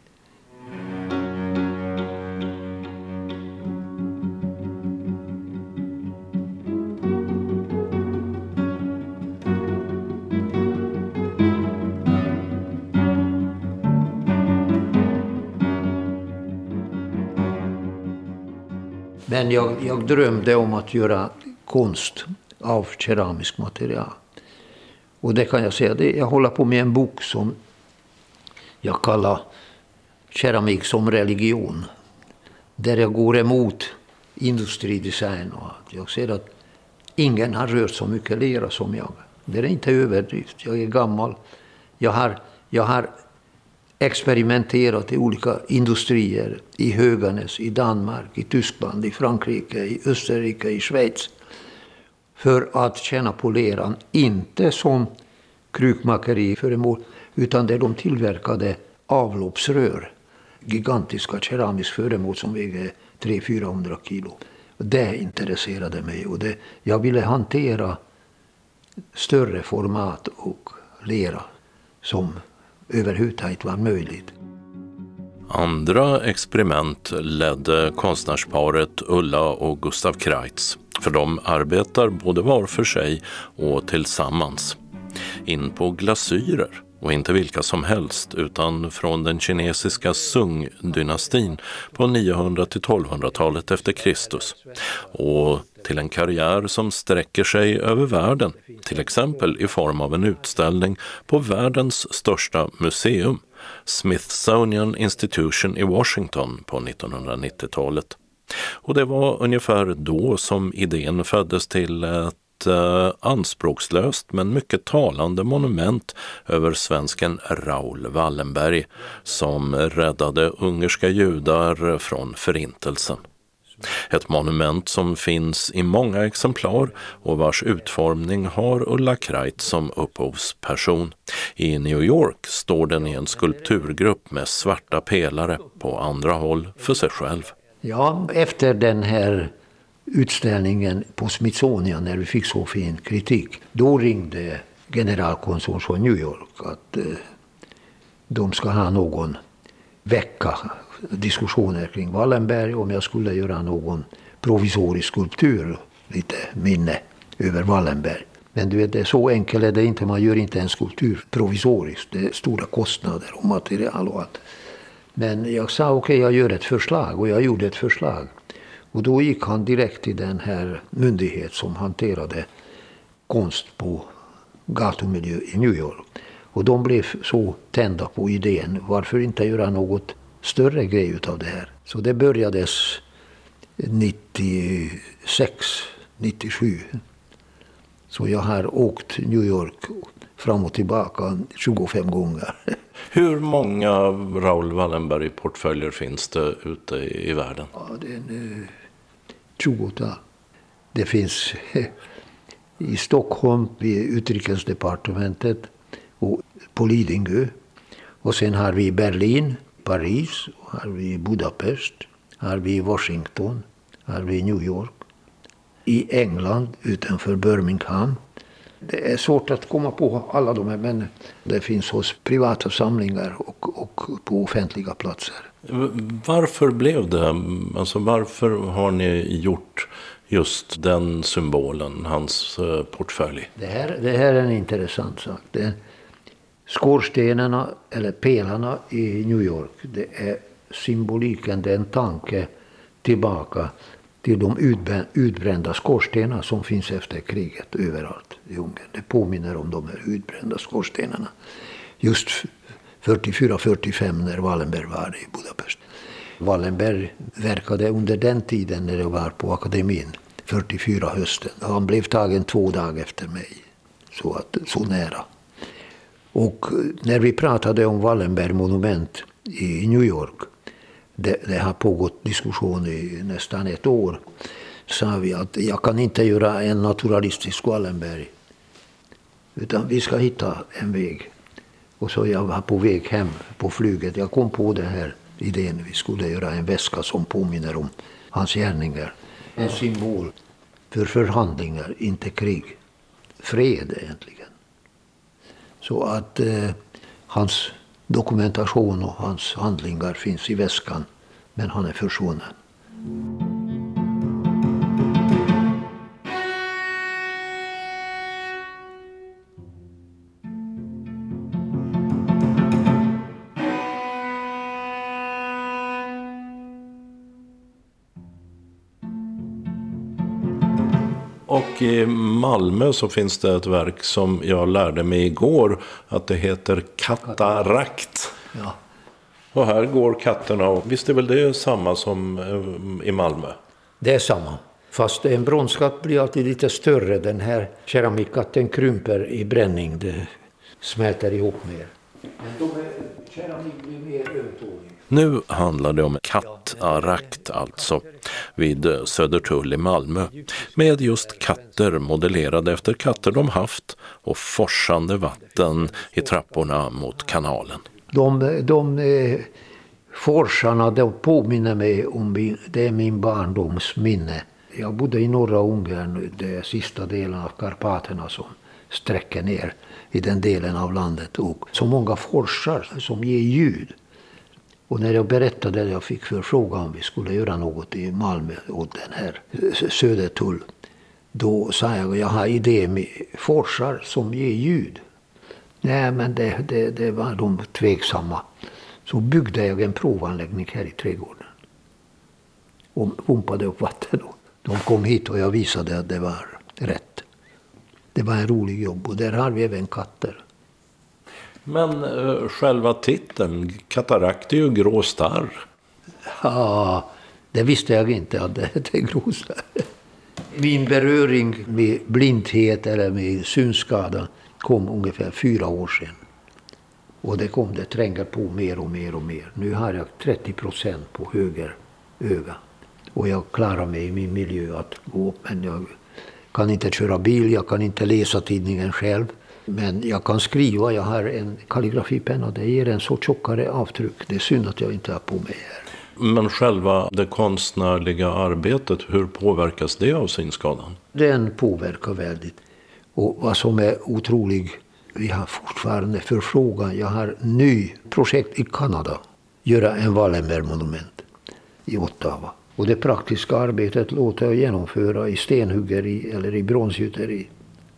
Men jag drömde om att göra konst av keramisk material. Och det kan jag säga, jag håller på med en bok som jag kallar Keramik som religion. Där jag går emot industridesign. Och jag ser att ingen har rört så mycket lera som jag. Det är inte överdrift. Jag är gammal. Jag har experimenterat i olika industrier. I Höganäs, i Danmark, i Tyskland, i Frankrike, i Österrike, i Schweiz. För att tjäna på leran, inte som krukmakeriföremål, utan där de tillverkade avloppsrör. Gigantiska keramiska föremål som väger 300-400 kilo. Det intresserade mig och jag ville hantera större format och lera som överhuvudtaget var möjligt. Andra experiment ledde konstnärsparet Ulla och Gustav Kreitz. För de arbetar både var för sig och tillsammans. In på glasyrer, och inte vilka som helst utan från den kinesiska Sung-dynastin på 900-1200-talet efter Kristus. Och till en karriär som sträcker sig över världen, till exempel i form av en utställning på världens största museum, Smithsonian Institution i Washington på 1990-talet. Och det var ungefär då som idén föddes till ett anspråkslöst men mycket talande monument över svensken Raoul Wallenberg som räddade ungerska judar från förintelsen. Ett monument som finns i många exemplar och vars utformning har Ulla Kreitz som upphovsperson. I New York står den i en skulpturgrupp med svarta pelare, på andra håll för sig själv. Ja, efter den här utställningen på Smithsonian när vi fick så fin kritik, då ringde generalkonsuln från New York att de ska ha någon vecka diskussioner kring Wallenberg om jag skulle göra någon provisorisk skulptur, lite minne över Wallenberg. Men du vet, det är så enkelt är det inte, man gör inte en skulptur provisoriskt, det är stora kostnader och material och allt. Men jag sa okej, jag gör ett förslag och jag gjorde ett förslag. Och då gick han direkt till den här myndighet som hanterade konst på gatumiljö i New York. Och de blev så tända på idén, varför inte göra något större grej utav det här. Så det börjades 96, 97. Så jag har åkt New York fram och tillbaka 25 gånger. Hur många Raoul Wallenberg-portföljer finns det ute i världen? Ja, det är 20. Det finns i Stockholm vid utrikesdepartementet och på Lidingö. Och sen har vi Berlin, Paris, har vi Budapest, har vi Washington, har vi New York. I England utanför Birmingham. Det är svårt att komma på alla de här, men det finns hos privata samlingar och på offentliga platser. Varför blev det? Alltså varför har ni gjort just den symbolen, hans portfölj? Det här är en intressant sak. Skorstenarna eller pelarna i New York, det är symboliken, det är en tanke tillbaka till de utbrända skorstenar som finns efter kriget överallt i Ungern. Det påminner om de här utbrända skorstenarna. Just 44-45 när Wallenberg var i Budapest. Wallenberg verkade under den tiden när jag var på akademin, 44 hösten. Han blev tagen 2 dagar efter mig, så nära. Och när vi pratade om Wallenberg monument i New York, det har pågått diskussion i nästan 1 år, sa vi att jag kan inte göra en naturalistisk Wallenberg, utan vi ska hitta en väg. Och så jag var på väg hem på flyget, jag kom på den här idén, vi skulle göra en väska som påminner om hans gärningar. En symbol för förhandlingar, inte krig. Fred egentligen. Så att hans dokumentation och hans handlingar finns i väskan, men han är försvunnen. Och i Malmö så finns det ett verk som jag lärde mig igår att det heter Katarakt. Ja. Och här går katterna, och visst är väl det samma som i Malmö? Det är samma. Fast en bronskatt blir alltid lite större. Den här keramikkatten krymper i bränning, det smälter ihop mer. Men keramik blir mer ömtålig. Nu handlar det om Katarakt alltså, vid Södertull i Malmö, med just katter modellerade efter katter de haft och forsande vatten i trapporna mot kanalen. De forsarna, de påminner mig om det är min barndoms minne. Jag bodde i norra Ungern, det sista delen av Karpaterna som sträcker ner i den delen av landet. Och så många forsar som ger ljud. Och när jag berättade, jag fick förfrågan om vi skulle göra något i Malmö och den här Södertull. Då sa jag har idé med forsar som ger ljud. Nej, men det var de tveksamma. Så byggde jag en provanläggning här i trädgården. Och pumpade upp vatten. De kom hit och jag visade att det var rätt. Det var en rolig jobb och där har vi även katter. Men själva titeln, Katarakt, är ju grå starr. Ja, det visste jag inte att det är grå starr. Min beröring med blindhet eller med synskada kom ungefär 4 år sedan. Och det tränger på mer och mer och mer. Nu har jag 30% på höger öga. Och jag klarar mig i min miljö att gå upp. Men jag kan inte köra bil, jag kan inte läsa tidningen själv. Men jag kan skriva, jag har en kalligrafipenna. Det ger en så tjockare avtryck. Det är synd att jag inte har på mig här. Men själva det konstnärliga arbetet, hur påverkas det av synskadan? Den påverkar väldigt. Och vad som är otroligt, vi har fortfarande förfrågan. Jag har ny projekt i Kanada. Göra en Wallenberg-monument i Ottawa. Och det praktiska arbetet låter jag genomföra i stenhuggeri eller i bronsgjuteri.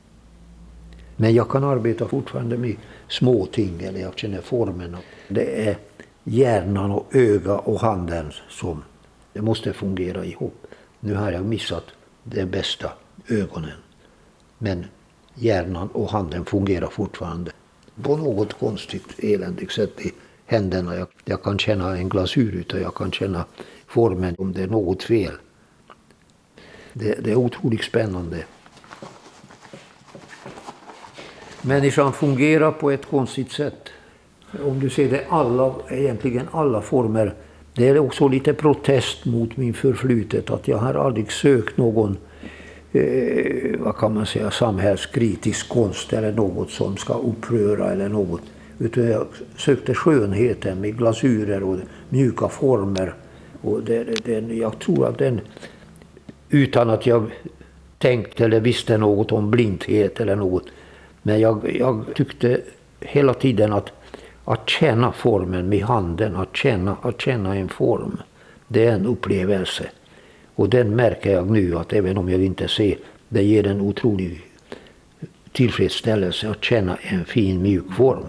Men jag kan arbeta fortfarande med små ting, eller jag känner formen. Det är hjärnan och öga och handen som det måste fungera ihop. Nu har jag missat det bästa, ögonen. Men hjärnan och handen fungerar fortfarande. På något konstigt, eländigt sätt i händerna. Jag kan känna en glasur utan jag kan känna formen om det är något fel. Det är otroligt spännande. Människan fungerar på ett konstigt sätt. Om du ser det, egentligen alla former. Det är också lite protest mot min förflutet. Att jag har aldrig sökt någon vad kan man säga, samhällskritisk konst eller något som ska uppröra eller något. Utan jag sökte skönheten med glasyrer och mjuka former. Och jag tror att den, utan att jag tänkte eller visste något om blindhet eller något. Men jag tyckte hela tiden att känna formen med handen, att känna en form. Det är en upplevelse. Och den märker jag nu att även om jag inte ser, det ger en otrolig tillfredsställelse att känna en fin mjuk form.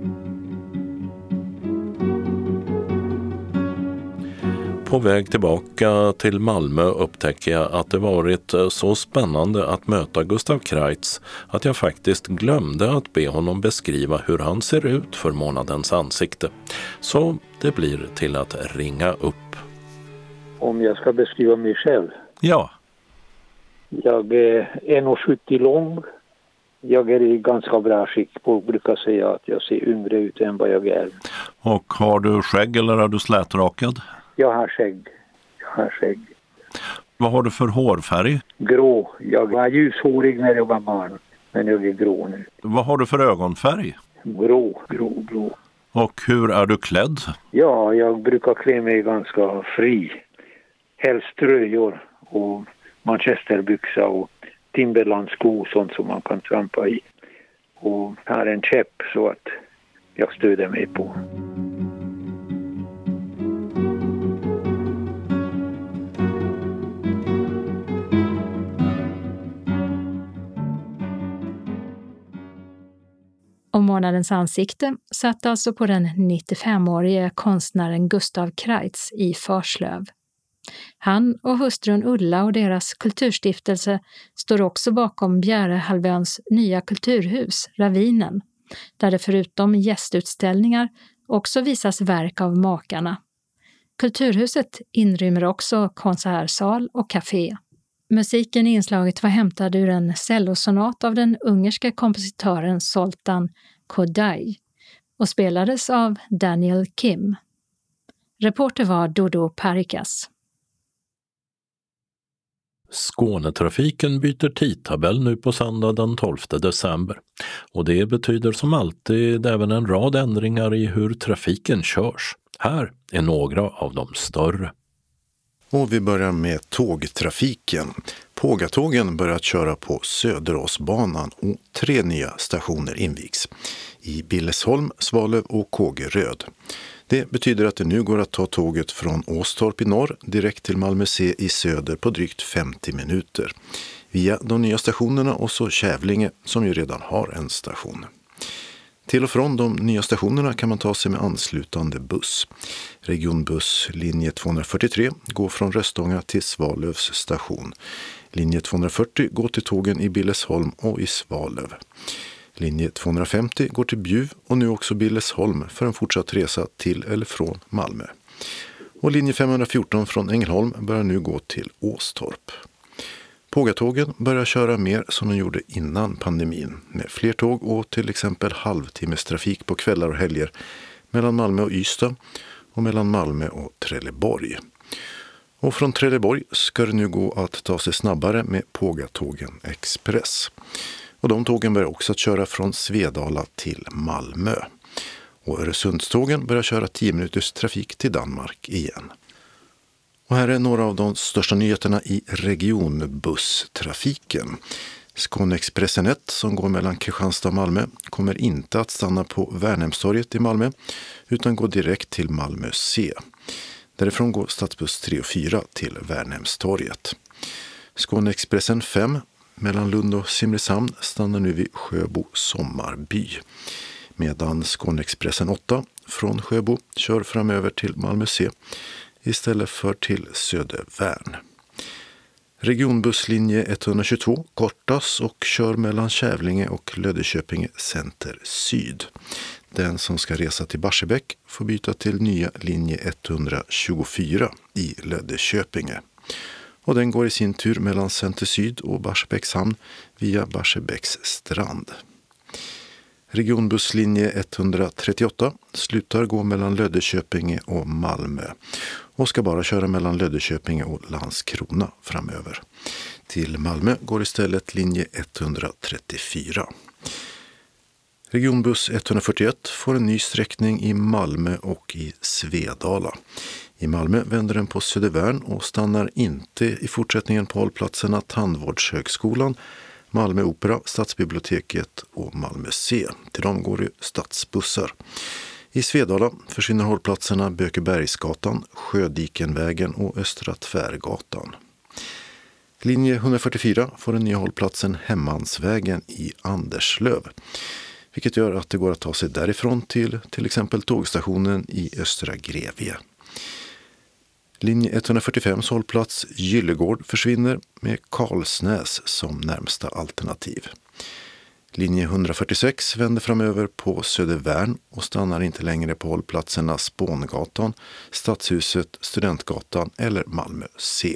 På väg tillbaka till Malmö upptäcker jag att det varit så spännande att möta Gustav Kreitz att jag faktiskt glömde att be honom beskriva hur han ser ut för månadens ansikte. Så det blir till att ringa upp. Om jag ska beskriva mig själv? Ja. Jag är 1,70 lång. Jag är i ganska bra skick. Folk brukar säga att jag ser yngre ut än vad jag är. Och har du skägg eller är du slätrakad? Jag har skägg. Vad har du för hårfärg? Grå. Jag var ljushårig när jag var barn. Men jag är grå nu. Vad har du för ögonfärg? Grå. Och hur är du klädd? Ja, jag brukar klä mig ganska fri. Helst tröjor och manchesterbyxa och Timberland-sko, sånt som man kan trampa i. Och har en käpp så att jag stöder mig på. Och månadens ansikte satt alltså på den 95-årige konstnären Gustav Kreitz i Förslöv. Han och hustrun Ulla och deras kulturstiftelse står också bakom Bjärehalvöns nya kulturhus, Ravinen, där det förutom gästutställningar också visas verk av makarna. Kulturhuset inrymmer också konsertsal och café. Musiken i inslaget var hämtad ur en cellosonat av den ungerska kompositören Zoltán Kodály och spelades av Daniel Kim. Reporter var Dodo Parikas. Skånetrafiken byter tidtabell nu på söndag den 12 december och det betyder som alltid även en rad ändringar i hur trafiken körs. Här är några av de större. Och vi börjar med tågtrafiken. Pågatågen börjar att köra på Söderåsbanan och 3 nya stationer invigs. I Billesholm, Svalöv och Kågeröd. Det betyder att det nu går att ta tåget från Åstorp i norr direkt till Malmö C i söder på drygt 50 minuter. Via de nya stationerna och så Kävlinge som ju redan har en station. Till och från de nya stationerna kan man ta sig med anslutande buss. Regionbuss linje 243 går från Röstånga till Svalövs station. Linje 240 går till tågen i Billesholm och i Svalöv. Linje 250 går till Bjuv och nu också Billesholm för en fortsatt resa till eller från Malmö. Och linje 514 från Ängelholm börjar nu gå till Åstorp. Pågatågen börjar köra mer som de gjorde innan pandemin med fler tåg och till exempel halvtimmestrafik på kvällar och helger mellan Malmö och Ystad och mellan Malmö och Trelleborg. Och från Trelleborg ska det nu gå att ta sig snabbare med Pågatågen Express. Och de tågen börjar också att köra från Svedala till Malmö. Och Öresundstågen börjar köra 10 minuters trafik till Danmark igen. Och här är några av de största nyheterna i regionbusstrafiken. Skåneexpressen 1 som går mellan Kristianstad och Malmö kommer inte att stanna på Värnhemstorget i Malmö utan går direkt till Malmö C. Därifrån går stadsbuss 3 och 4 till Värnhemstorget. Skåneexpressen 5 mellan Lund och Simrishamn stannar nu vid Sjöbo sommarby. Medan Skåneexpressen 8 från Sjöbo kör framöver till Malmö C istället för till Södervärn. Regionbusslinje 122 kortas och kör mellan Kävlinge och Löddeköpinge Center Syd. Den som ska resa till Barsebäck får byta till nya linje 124 i Löddeköpinge. Och den går i sin tur mellan Center Syd och Barsebäckshamn via Barsebäcks strand. Regionbusslinje 138 slutar gå mellan Löddeköpinge och Malmö och ska bara köra mellan Löddeköpinge och Landskrona framöver. Till Malmö går istället linje 134. Regionbuss 141 får en ny sträckning i Malmö och i Svedala. I Malmö vänder den på Södervärn och stannar inte i fortsättningen på hållplatserna Tandvårdshögskolan, Malmö Opera, Stadsbiblioteket och Malmö C. Till dem går det stadsbussar. I Svedala försvinner hållplatserna Bökebergsgatan, Sjödikenvägen och Östra Tvärgatan. Linje 144 får den nya hållplatsen Hemmansvägen i Anderslöv, vilket gör att det går att ta sig därifrån till exempel tågstationen i Östra Grevie. Linje 145s hållplats Gyllegård försvinner med Karlsnäs som närmsta alternativ. Linje 146 vänder framöver på Södervärn och stannar inte längre på hållplatserna Spångatan, Stadshuset, Studentgatan eller Malmö C.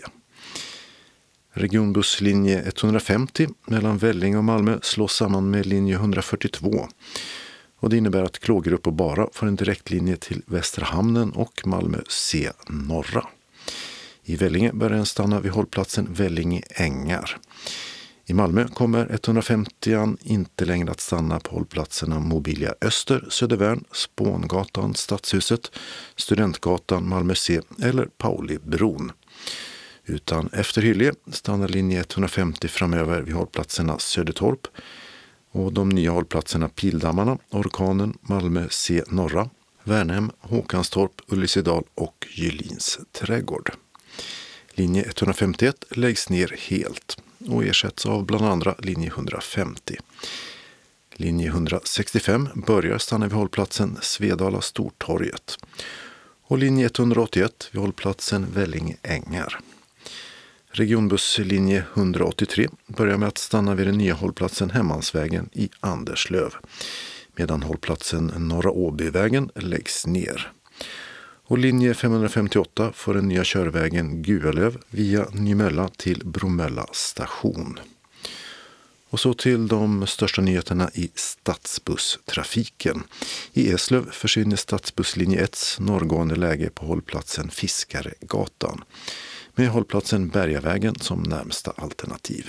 Regionbusslinje 150 mellan Vellinge och Malmö slås samman med linje 142. Och det innebär att Klågerup och Bara får en direktlinje till Västra Hamnen och Malmö C norra. I Vellinge börjar den stanna vid hållplatsen Vellinge Ängar. I Malmö kommer 150 inte längre att stanna på hållplatserna Mobilia Öster, Södervärn, Spångatan, Stadshuset, Studentgatan, Malmö C eller Paulibron. Utan efter Hyllie stannar linje 150 framöver vid hållplatserna Södertorp och de nya hållplatserna Pildammarna, Orkanen, Malmö C norra, Värnhem, Håkanstorp, Ullisedal och Gyllins trädgård. Linje 151 läggs ner helt och ersätts av bland andra linje 150. Linje 165 börjar stanna vid hållplatsen Svedala Stortorget och linje 181 vid hållplatsen Vellinge Ängar. Regionbusslinje 183 börjar med att stanna vid den nya hållplatsen Hemmansvägen i Anderslöv, medan hållplatsen Norra Åbyvägen läggs ner. Och linje 558 får den nya körvägen Gualöv via Nymölla till Bromölla station. Och så till de största nyheterna i stadsbusstrafiken. I Eslöv försvinner stadsbusslinje 1:s norrgående läge på hållplatsen Fiskaregatan, med hållplatsen Bergavägen som närmsta alternativ.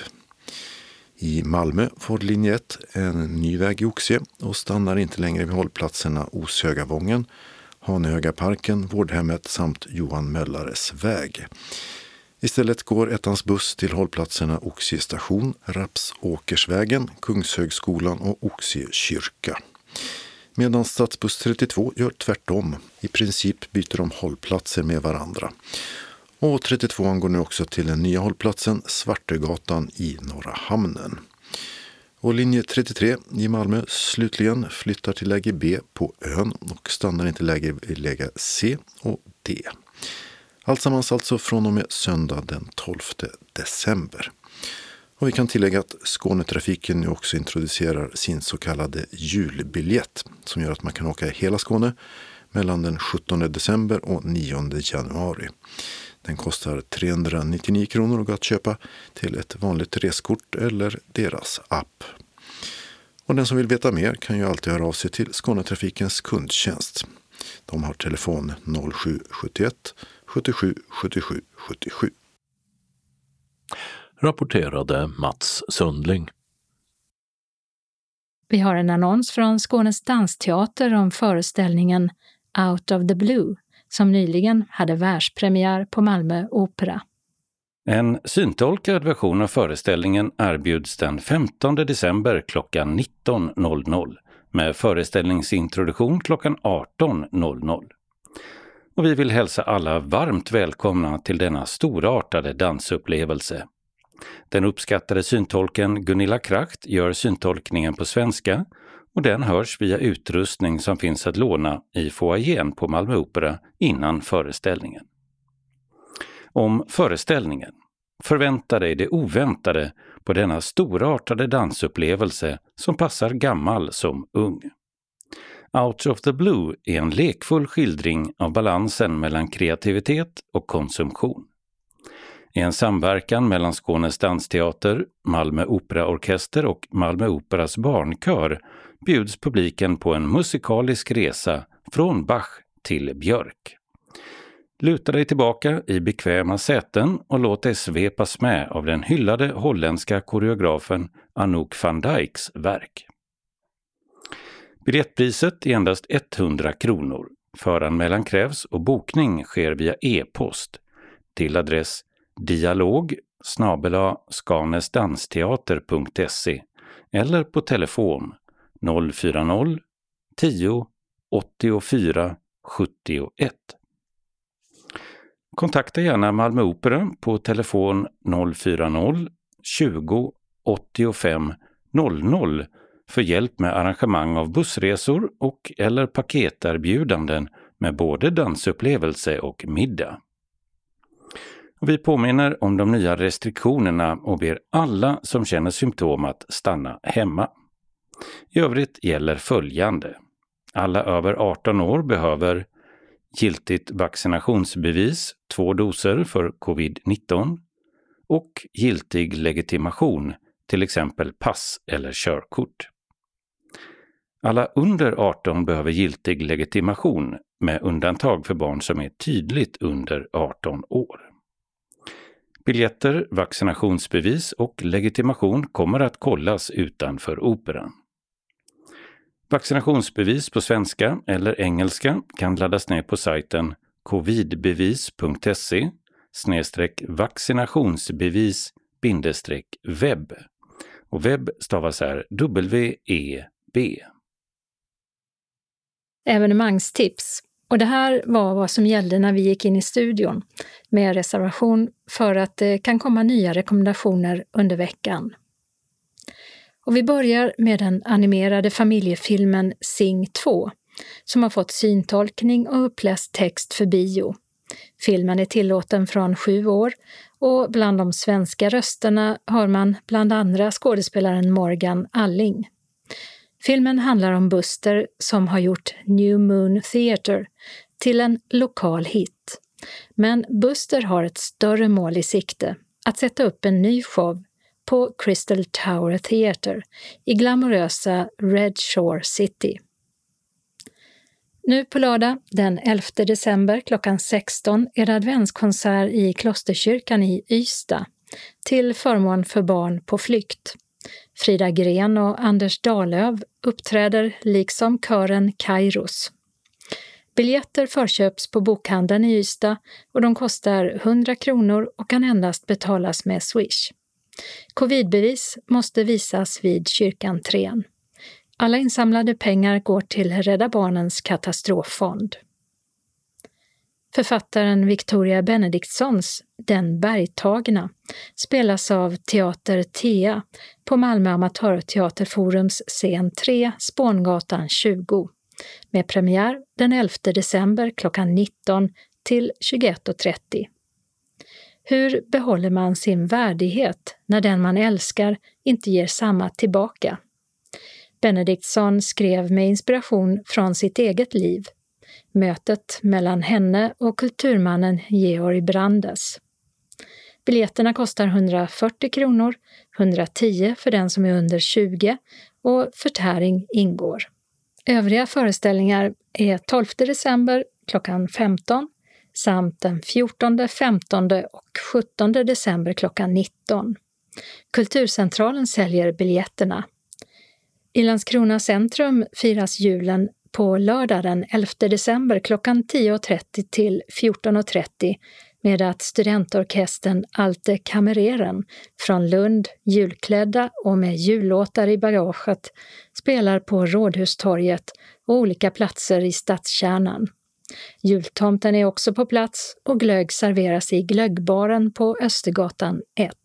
I Malmö får linje 1 en ny väg i Oxie och stannar inte längre vid hållplatserna Oshögavången, Hanehögaparken, Vårdhemmet samt Johan Möllares väg. Istället går ettans buss till hållplatserna Oxie station, Rapsåkersvägen, Kungshögskolan och Oxie kyrka. Medan stadsbuss 32 gör tvärtom. I princip byter de hållplatser med varandra. Och 32 går nu också till den nya hållplatsen Svartögatan i Norra Hamnen. Och linje 33 i Malmö slutligen flyttar till läge B på ön och stannar inte läge i läge C och D. Alltsammans alltså från och med söndag den 12 december. Och vi kan tillägga att Skånetrafiken nu också introducerar sin så kallade julbiljett som gör att man kan åka i hela Skåne mellan den 17 december och 9 januari. Den kostar 399 kronor och går att köpa till ett vanligt reskort eller deras app. Och den som vill veta mer kan ju alltid höra av sig till Skånetrafikens kundtjänst. De har telefon 0771 77 77 77. Rapporterade Mats Sundling. Vi har en annons från Skånes dansteater om föreställningen Out of the Blue som nyligen hade världspremiär på Malmö Opera. En syntolkad version av föreställningen erbjuds den 15 december klockan 19.00 med föreställningsintroduktion klockan 18.00. Och vi vill hälsa alla varmt välkomna till denna storartade dansupplevelse. Den uppskattade syntolken Gunilla Kracht gör syntolkningen på svenska och den hörs via utrustning som finns att låna i foajén på Malmö Opera innan föreställningen. Om föreställningen: förvänta dig det oväntade på denna storartade dansupplevelse som passar gammal som ung. Out of the Blue är en lekfull skildring av balansen mellan kreativitet och konsumtion. I en samverkan mellan Skånes dansteater, Malmö Operaorkester och Malmö Operas barnkör bjuds publiken på en musikalisk resa från Bach till Björk. Luta dig tillbaka i bekväma säten och låt dig svepas med av den hyllade holländska koreografen Anouk van Dijks verk. Biljettpriset är endast 100 kronor. Föranmälan krävs och bokning sker via e-post till adress dialog@skanesdansteater.se eller på telefon 040 10 84 71. Kontakta gärna Malmö Opera på telefon 040 20 85 00 för hjälp med arrangemang av bussresor och eller paketerbjudanden med både dansupplevelse och middag. Och vi påminner om de nya restriktionerna och ber alla som känner symptom att stanna hemma. I övrigt gäller följande. Alla över 18 år behöver giltigt vaccinationsbevis, 2 doser för covid-19 och giltig legitimation, till exempel pass eller körkort. Alla under 18 behöver giltig legitimation med undantag för barn som är tydligt under 18 år. Biljetter, vaccinationsbevis och legitimation kommer att kollas utanför operan. Vaccinationsbevis på svenska eller engelska kan laddas ner på sajten covidbevis.se/vaccinationsbevis-webb. Och webb stavas här W-E-B. Evenemangstips. Och det här var vad som gällde när vi gick in i studion, med reservation för att det kan komma nya rekommendationer under veckan. Och vi börjar med den animerade familjefilmen Sing 2, som har fått syntolkning och uppläst text för bio. Filmen är tillåten från 7 år och bland de svenska rösterna hör man bland andra skådespelaren Morgan Alling. Filmen handlar om Buster som har gjort New Moon Theatre till en lokal hit. Men Buster har ett större mål i sikte, att sätta upp en ny show på Crystal Tower Theatre i glamorösa Red Shore City. Nu på lördag den 11 december klockan 16 är det adventskonsert i Klosterkyrkan i Ystad till förmån för barn på flykt. Frida Gren och Anders Dahlöv uppträder liksom kören Kairos. Biljetter förköps på bokhandeln i Ystad och de kostar 100 kronor och kan endast betalas med Swish. Covidbevis måste visas vid kyrkantrén. Alla insamlade pengar går till Rädda Barnens katastroffond. Författaren Victoria Benediktssons Den bergtagna spelas av Teater Thea på Malmö Amatörteaterforums scen 3, Spångatan 20, med premiär den 11 december klockan 19 till 21.30. Hur behåller man sin värdighet när den man älskar inte ger samma tillbaka? Benediktsson skrev med inspiration från sitt eget liv. Mötet mellan henne och kulturmannen Georg Brandes. Biljetterna kostar 140 kronor, 110 för den som är under 20 och förtäring ingår. Övriga föreställningar är 12 december klockan 15 samt den 14, 15 och 17 december klockan 19. Kulturcentralen säljer biljetterna. I Landskrona centrum firas julen på lördag den 11 december klockan 10.30 till 14.30 med att studentorkestern Alte Kammereren från Lund, julklädda och med jullåtar i bagaget, spelar på Rådhustorget och olika platser i stadskärnan. Jultomten är också på plats och glögg serveras i glöggbaren på Östergatan 1.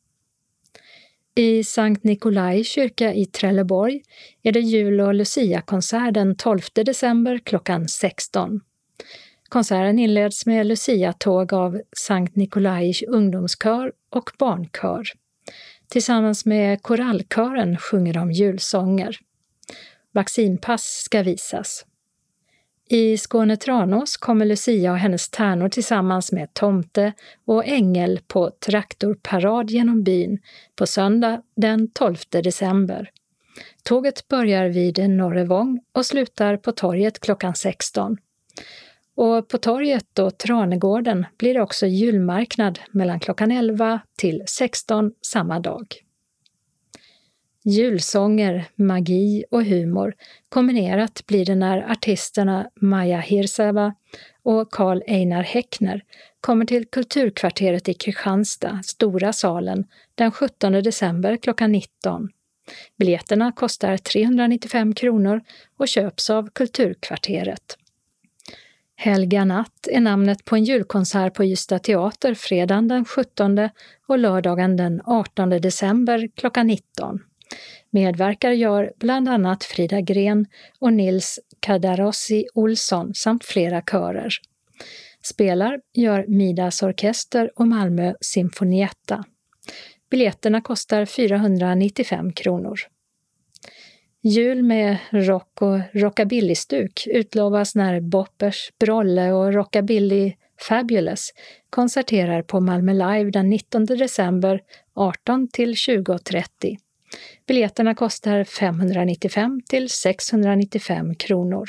I Sankt Nikolai kyrka i Trelleborg är det jul- och Lucia-konsert den 12 december klockan 16. Konserten inleds med Lucia-tåg av Sankt Nikolais ungdomskör och barnkör. Tillsammans med korallkören sjunger de julsånger. Vaccinpass ska visas. I Skåne Tranås kommer Lucia och hennes tärnor tillsammans med tomte och ängel på traktorparad genom byn på söndag den 12 december. Tåget börjar vid Norrevång och slutar på torget klockan 16. Och på torget och Tranegården blir det också julmarknad mellan klockan 11 till 16 samma dag. Julsånger, magi och humor kombinerat blir det när artisterna Maja Hirsava och Carl Einar Häckner kommer till Kulturkvarteret i Kristianstad, Stora salen, den 17 december klockan 19. Biljetterna kostar 395 kronor och köps av Kulturkvarteret. Helga natt är namnet på en julkonsert på Ystad teater fredagen den 17 och lördagen den 18 december klockan 19. Medverkar gör bland annat Frida Gren och Nils Kadarossi Olsson samt flera körer. Spelar gör Midas orkester och Malmö Symfonietta. Biljetterna kostar 495 kronor. Jul med rock och rockabillystuk utlovas när Boppers, Brolle och Rockabilly Fabulous konserterar på Malmö Live den 19 december 18 till 20.30. Biljetterna kostar 595 till 695 kronor.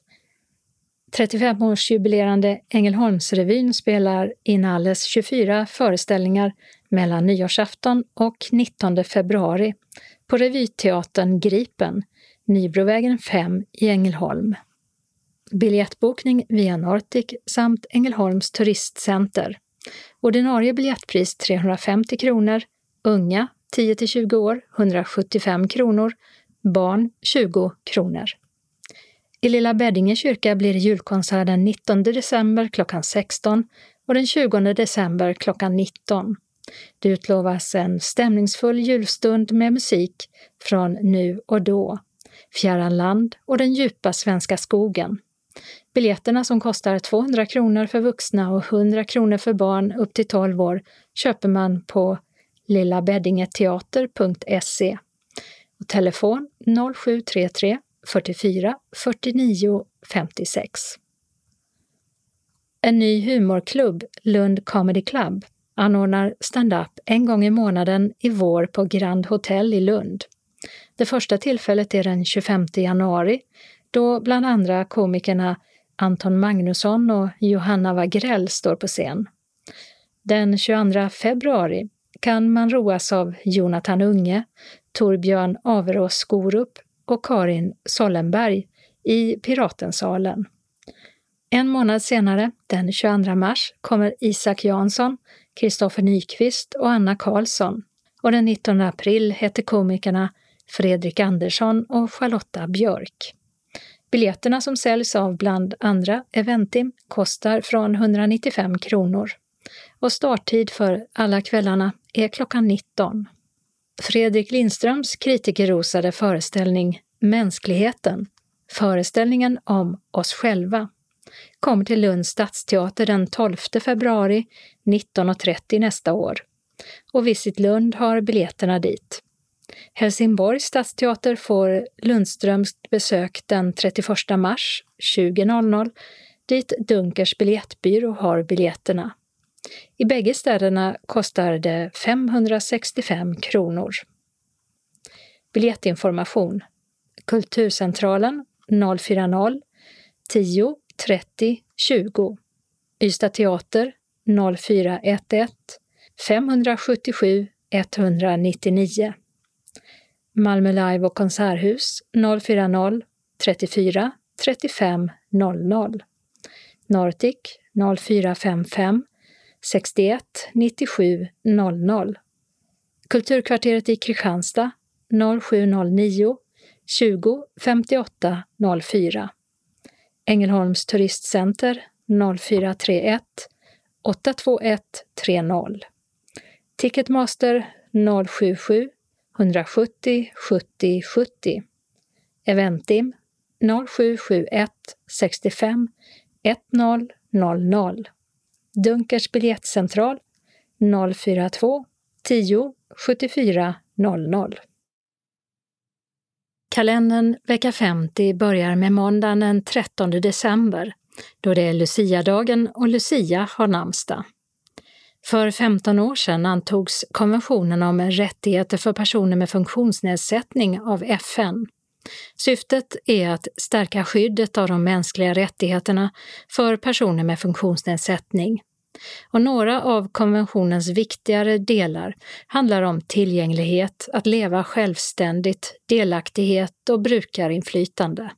35-årsjubilerande Ängelholmsrevyn spelar inalles 24 föreställningar mellan nyårsafton och 19 februari på Revyteatern Gripen, Nybrovägen 5 i Ängelholm. Biljettbokning via Nortic samt Ängelholms turistcenter. Ordinarie biljettpris 350 kronor, unga 10-20 år 175 kronor, barn 20 kronor. I Lilla Beddinge kyrka blir det julkonsert den 19 december klockan 16 och den 20 december klockan 19. Det utlovas en stämningsfull julstund med musik från Nu och då, Fjärran land och den djupa svenska skogen. Biljetterna som kostar 200 kronor för vuxna och 100 kronor för barn upp till 12 år köper man på lillabeddingeteater.se och telefon 0733 44 49 56. En ny humorklubb, Lund Comedy Club, anordnar stand-up en gång i månaden i vår på Grand Hotel i Lund. Det första tillfället är den 25 januari, då bland andra komikerna Anton Magnusson och Johanna Wagrell står på scen. Den 22 februari kan man roas av Jonathan Unge, Torbjörn Averås Skorup och Karin Sollenberg i Piratensalen. En månad senare, den 22 mars, kommer Isak Jansson, Kristoffer Nyqvist och Anna Karlsson. Och den 19 april heter komikerna Fredrik Andersson och Charlotta Björk. Biljetterna som säljs av bland andra Eventim kostar från 195 kronor. Och starttid för alla kvällarna är klockan 19. Fredrik Lindströms kritikerrosade föreställning Mänskligheten, föreställningen om oss själva, kommer till Lunds stadsteater den 12 februari 19.30 nästa år. Och Visit Lund har biljetterna dit. Helsingborgs stadsteater får Lundströms besök den 31 mars 20.00, dit Dunkers biljettbyrå har biljetterna. I bägge städerna kostar det 565 kronor. Biljettinformation. Kulturcentralen 040 10 30 20. Ystad teater 0411 577 199. Malmö Live och konserthus 040 34 35 00. Nortic 0455 61 97 00. Kulturkvarteret i Kristianstad 0709 20 58 04. Ängelholms turistcenter 0431 821 30. Ticketmaster 077 170 70 70. Eventim 0771 65 1000. Dunkers biljettcentral 042 10 74 00. Kalendern vecka 50 börjar med måndagen den 13 december, då det är Lucia-dagen och Lucia har namnsdag. För 15 år sedan antogs konventionen om rättigheter för personer med funktionsnedsättning av FN. Syftet är att stärka skyddet av de mänskliga rättigheterna för personer med funktionsnedsättning. Och några av konventionens viktigare delar handlar om tillgänglighet, att leva självständigt, delaktighet och brukarinflytande.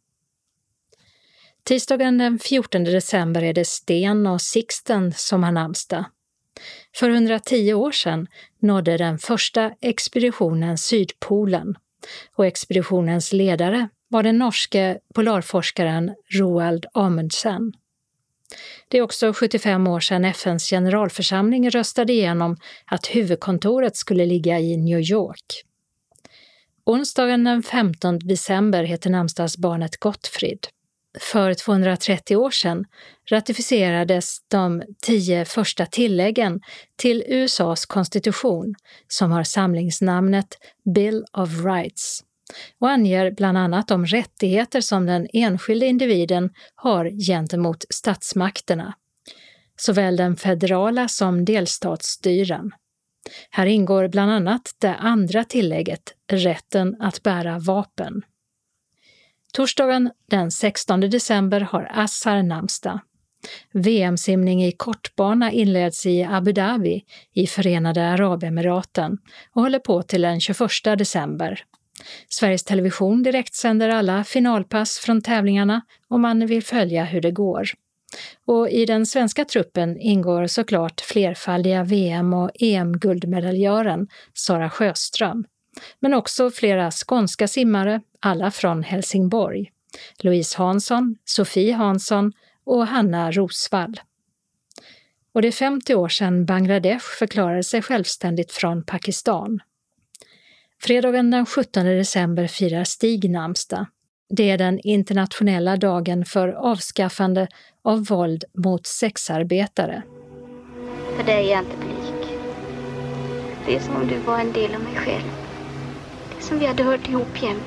Tisdagen den 14 december är det Sten och Sixten som har namnsdag. För 110 år sedan nådde den första expeditionen Sydpolen och expeditionens ledare var den norske polarforskaren Roald Amundsen. Det är också 75 år sedan FNs generalförsamling röstade igenom att huvudkontoret skulle ligga i New York. Onsdagen den 15 december heter namnsdagsbarnet Gottfrid. För 230 år sedan ratificerades de 10 första tilläggen till USAs konstitution som har samlingsnamnet Bill of Rights och anger bland annat de rättigheter som den enskilde individen har gentemot statsmakterna, såväl den federala som delstatsstyren. Här ingår bland annat det andra tillägget, rätten att bära vapen. Torsdagen den 16 december har Assar namnsdag. VM-simning i kortbana inleds i Abu Dhabi i Förenade Arabemiraten och håller på till den 21 december. Sveriges Television direktsänder alla finalpass från tävlingarna om man vill följa hur det går. Och i den svenska truppen ingår såklart flerfaldiga VM- och EM-guldmedaljören Sara Sjöström. Men också flera skånska simmare, alla från Helsingborg. Louise Hansson, Sofie Hansson och Hanna Rosvall. Och det är 50 år sedan Bangladesh förklarade sig självständigt från Pakistan. Fredagen den 17 december firar Stig namnsdag. Det är den internationella dagen för avskaffande av våld mot sexarbetare. För dig är jag inte blyg. Det är som om du var en del av mig själv. Det är som vi hade hört ihop jämt.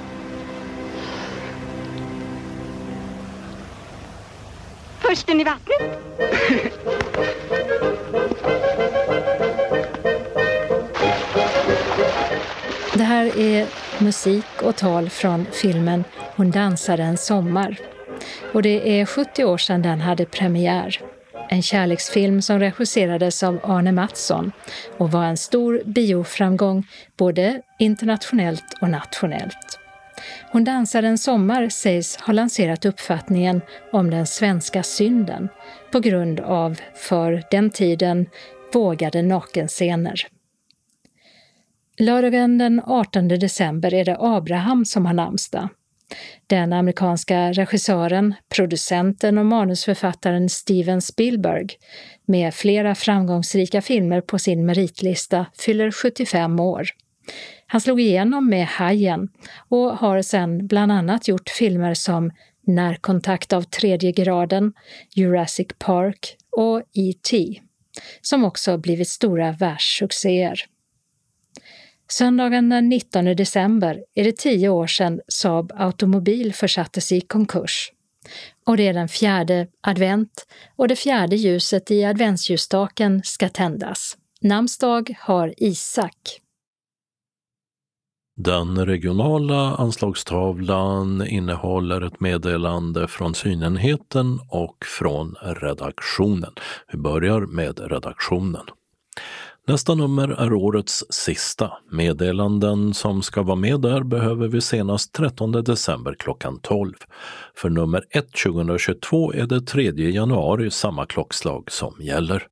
Försten i vattnet. Det här är musik och tal från filmen Hon dansade en sommar. Och det är 70 år sedan den hade premiär. En kärleksfilm som regisserades av Arne Mattsson och var en stor bioframgång både internationellt och nationellt. Hon dansade en sommar sägs ha lanserat uppfattningen om den svenska synden på grund av för den tiden vågade nakenscener. Lördagen den 18 december är det Abraham som har namnsdag. Den amerikanska regissören, producenten och manusförfattaren Steven Spielberg med flera framgångsrika filmer på sin meritlista fyller 75 år. Han slog igenom med Hajen och har sedan bland annat gjort filmer som Närkontakt av tredje graden, Jurassic Park och E.T. som också blivit stora världssuccéer. Söndagen den 19 december är det 10 år sedan Saab Automobil försattes i konkurs. Och det är den 4:e advent och det 4:e ljuset i adventsljusstaken ska tändas. Namnsdag har Isak. Den regionala anslagstavlan innehåller ett meddelande från synenheten och från redaktionen. Vi börjar med redaktionen. Nästa nummer är årets sista. Meddelanden som ska vara med där behöver vi senast 13 december klockan 12. För nummer 1 2022 är det 3 januari samma klockslag som gäller.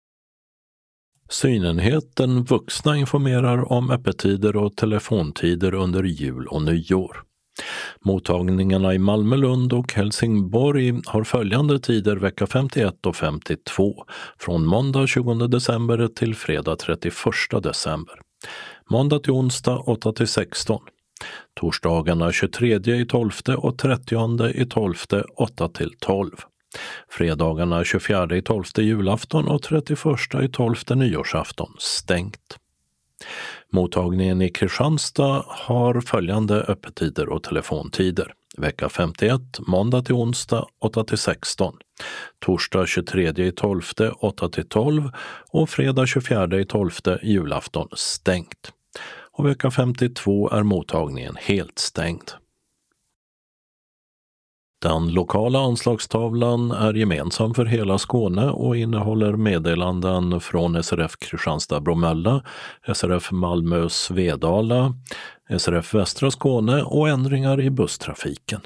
Synenheten vuxna informerar om öppettider och telefontider under jul och nyår. Mottagningarna i Malmö, Lund och Helsingborg har följande tider vecka 51 och 52 från måndag 20 december till fredag 31 december. Måndag till onsdag 8 till 16. Torsdagarna 23/12 och 30/12 8 till 12. Fredagarna 24/12 julafton och 31/12 nyårsafton stängt. Mottagningen i Kristianstad har följande öppettider och telefontider. Vecka 51, måndag till onsdag 8 till 16. Torsdag 23/12 8 till 12 och fredag 24/12 julafton stängt. Och vecka 52 är mottagningen helt stängd. Den lokala anslagstavlan är gemensam för hela Skåne och innehåller meddelanden från SRF Kristianstad-Bromölla, SRF Malmö-Svedala, SRF Västra Skåne och ändringar i busstrafiken.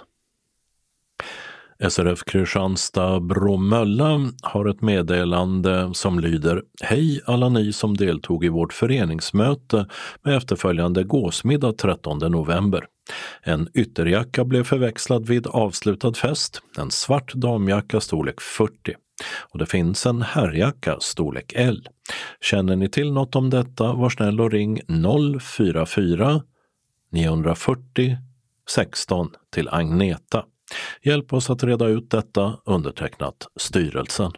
SRF Kristianstad-Bromölla har ett meddelande som lyder: Hej alla ni som deltog i vårt föreningsmöte med efterföljande gåsmiddag 13 november. En ytterjacka blev förväxlad vid avslutad fest, en svart damjacka storlek 40. Och det finns en herrjacka storlek L. Känner ni till något om detta, var snäll och ring 044 940 16 till Agneta. Hjälp oss att reda ut detta, undertecknat styrelsen.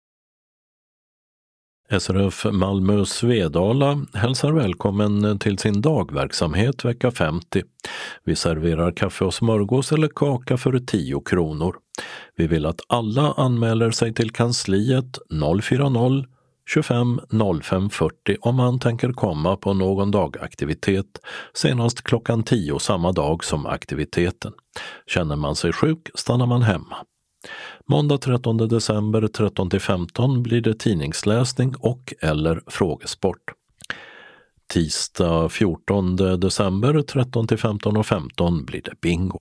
SRF Malmö-Svedala hälsar välkommen till sin dagverksamhet vecka 50. Vi serverar kaffe och smörgås eller kaka för 10 kronor. Vi vill att alla anmäler sig till kansliet 040 25 05 40 om man tänker komma på någon dagaktivitet, senast klockan 10 samma dag som aktiviteten. Känner man sig sjuk stannar man hemma. Måndag 13 december 13-15 blir det tidningsläsning och eller frågesport. Tisdag 14 december 13-15 och 15 blir det bingo.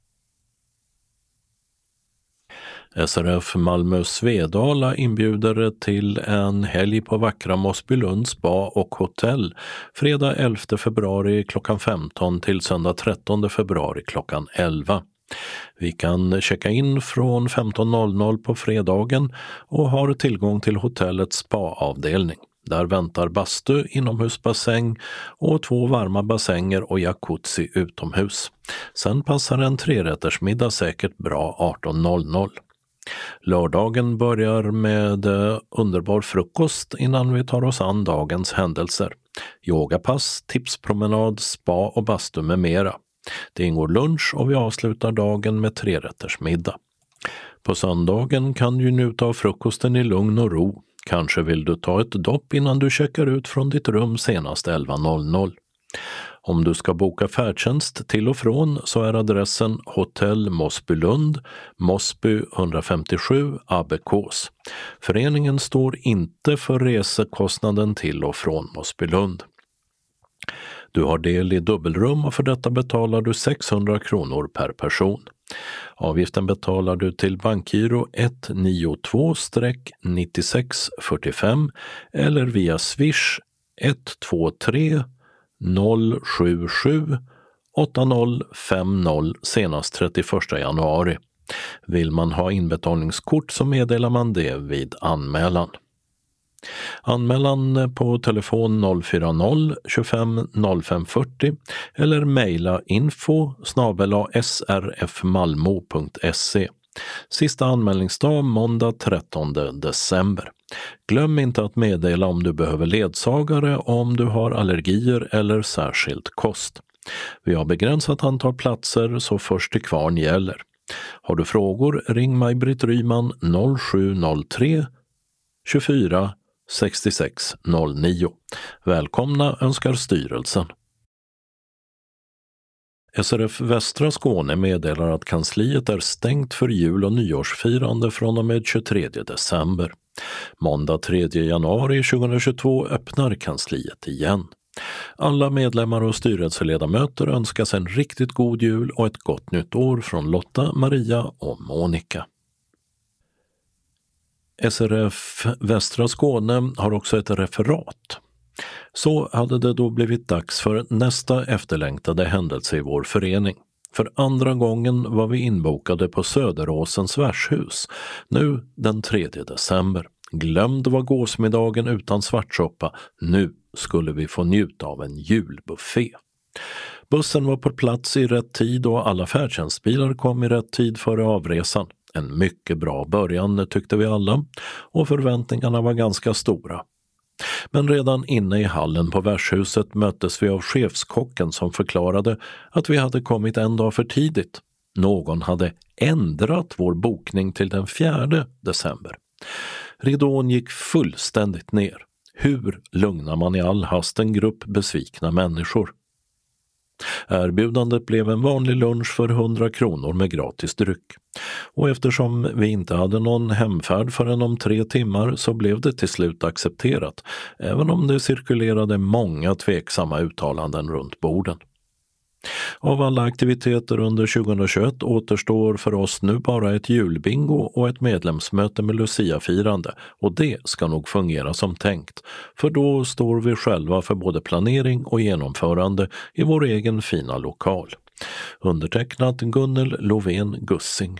SRF Malmö-Svedala inbjuder till en helg på vackra Mossbylund spa och hotell fredag 11 februari klockan 15 till söndag 13 februari klockan 11. Vi kan checka in från 15.00 på fredagen och har tillgång till hotellets spa-avdelning. Där väntar bastu, inomhusbassäng och 2 varma bassänger och jacuzzi utomhus. Sen passar en 3-rättersmiddag säkert bra 18.00. Lördagen börjar med underbar frukost innan vi tar oss an dagens händelser. Yogapass, tipspromenad, spa och bastu med mera. Det ingår lunch och vi avslutar dagen med 3-rättersmiddag. På söndagen kan du njuta av frukosten i lugn och ro. Kanske vill du ta ett dopp innan du checkar ut från ditt rum senast 11.00. Om du ska boka färdtjänst till och från så är adressen Hotell Mossbylund, Mossby 157 Abbekås. Föreningen står inte för resekostnaden till och från Mossbylund. Du har del i dubbelrum och för detta betalar du 600 kronor per person. Avgiften betalar du till bankgiro 192-9645 eller via Swish 123 077 8050 senast 31 januari. Vill man ha inbetalningskort så meddelar man det vid anmälan. Anmälan på telefon 040 25 05 40 eller mejla info@srfmalmo.se. Sista anmälningsdag måndag 13 december. Glöm inte att meddela om du behöver ledsagare och om du har allergier eller särskild kost. Vi har begränsat antal platser så först till kvarn gäller. Har du frågor ring Maj-Britt Ryman 0703 24 6609. Välkomna önskar styrelsen. SRF Västra Skåne meddelar att kansliet är stängt för jul- och nyårsfirande från och med 23 december. Måndag 3 januari 2022 öppnar kansliet igen. Alla medlemmar och styrelseledamöter önskas en riktigt god jul och ett gott nytt år från Lotta, Maria och Monica. SRF Västra Skåne har också ett referat. Så hade det då blivit dags för nästa efterlängtade händelse i vår förening. För andra gången var vi inbokade på Söderåsens värdshus, nu den 3 december. Glömd var gåsmiddagen utan svartsoppa, nu skulle vi få njuta av en julbuffé. Bussen var på plats i rätt tid och alla färdtjänstbilar kom i rätt tid före avresan. En mycket bra början tyckte vi alla och förväntningarna var ganska stora. Men redan inne i hallen på värdshuset möttes vi av chefskocken som förklarade att vi hade kommit en dag för tidigt. Någon hade ändrat vår bokning till den 4 december. Ridån gick fullständigt ner. Hur lugnar man i all hast en grupp besvikna människor? Erbjudandet blev en vanlig lunch för 100 kronor med gratis dryck. Och eftersom vi inte hade någon hemfärd förrän om 3 timmar så blev det till slut accepterat, även om det cirkulerade många tveksamma uttalanden runt borden. Av alla aktiviteter under 2021 återstår för oss nu bara ett julbingo och ett medlemsmöte med Lucia-firande, och det ska nog fungera som tänkt, för då står vi själva för både planering och genomförande i vår egen fina lokal. Undertecknat Gunnel Lovén Gussing.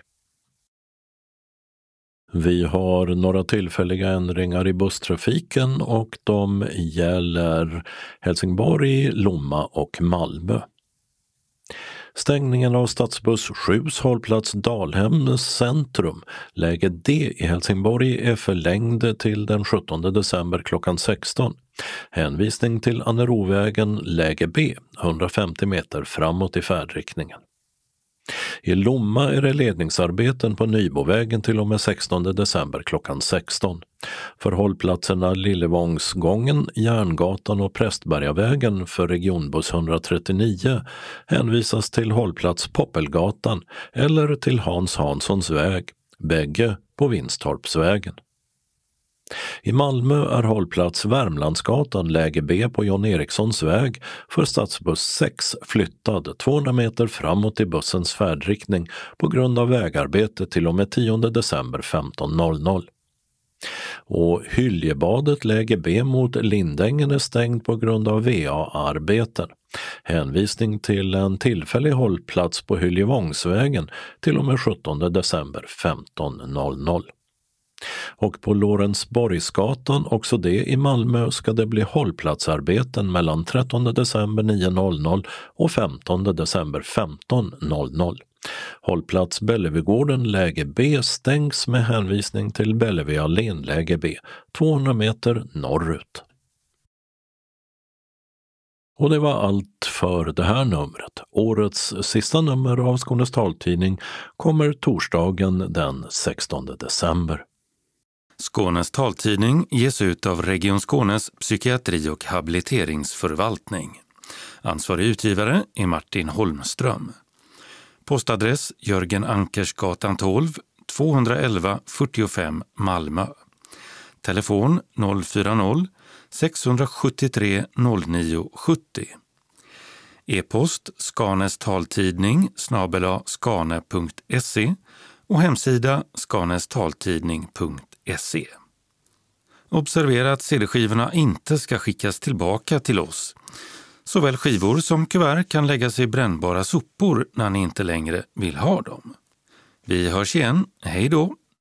Vi har några tillfälliga ändringar i busstrafiken och de gäller Helsingborg, Lomma och Malmö. Stängningen av stadsbuss 7s hållplats Dalhem centrum, läge D i Helsingborg, är förlängd till den 17 december klockan 16. Hänvisning till Annerovägen, läge B, 150 meter framåt i färdriktningen. I Lomma är det ledningsarbeten på Nybovägen till och med 16 december klockan 16. För hållplatserna Lillevångsgången, Järngatan och Prästbergavägen för regionbuss 139 hänvisas till hållplats Poppelgatan eller till Hans Hanssons väg, bägge på Vinstorpsvägen. I Malmö är hållplats Värmlandsgatan, läge B på John Erikssons väg för stadsbuss 6 flyttad 200 meter framåt i bussens färdriktning på grund av vägarbete till och med 10 december 15.00. Och Hyljebadet, läge B mot Lindängen, är stängt på grund av VA-arbeten. Hänvisning till en tillfällig hållplats på Hyljevångsvägen till och med 17 december 15.00. Och på Lorensborgsgatan, också det i Malmö, ska det bli hållplatsarbeten mellan 13 december 9.00 och 15 december 15.00. Hållplats Bellevigården, läge B, stängs med hänvisning till Bellevueallén, läge B, 200 meter norrut. Och det var allt för det här numret. Årets sista nummer av Skånes taltidning kommer torsdagen den 16 december. Skånes taltidning ges ut av Region Skånes psykiatri- och habiliteringsförvaltning. Ansvarig utgivare är Martin Holmström. Postadress Jörgen Ankersgatan 12, 211 45 Malmö. Telefon 040-673 0970. E-post skanestaltidning @skane.se och hemsida skanestaltidning.se. Observera att CD-skivorna inte ska skickas tillbaka till oss. Såväl skivor som kuvert kan läggas i brännbara sopor när ni inte längre vill ha dem. Vi hörs igen, hej då!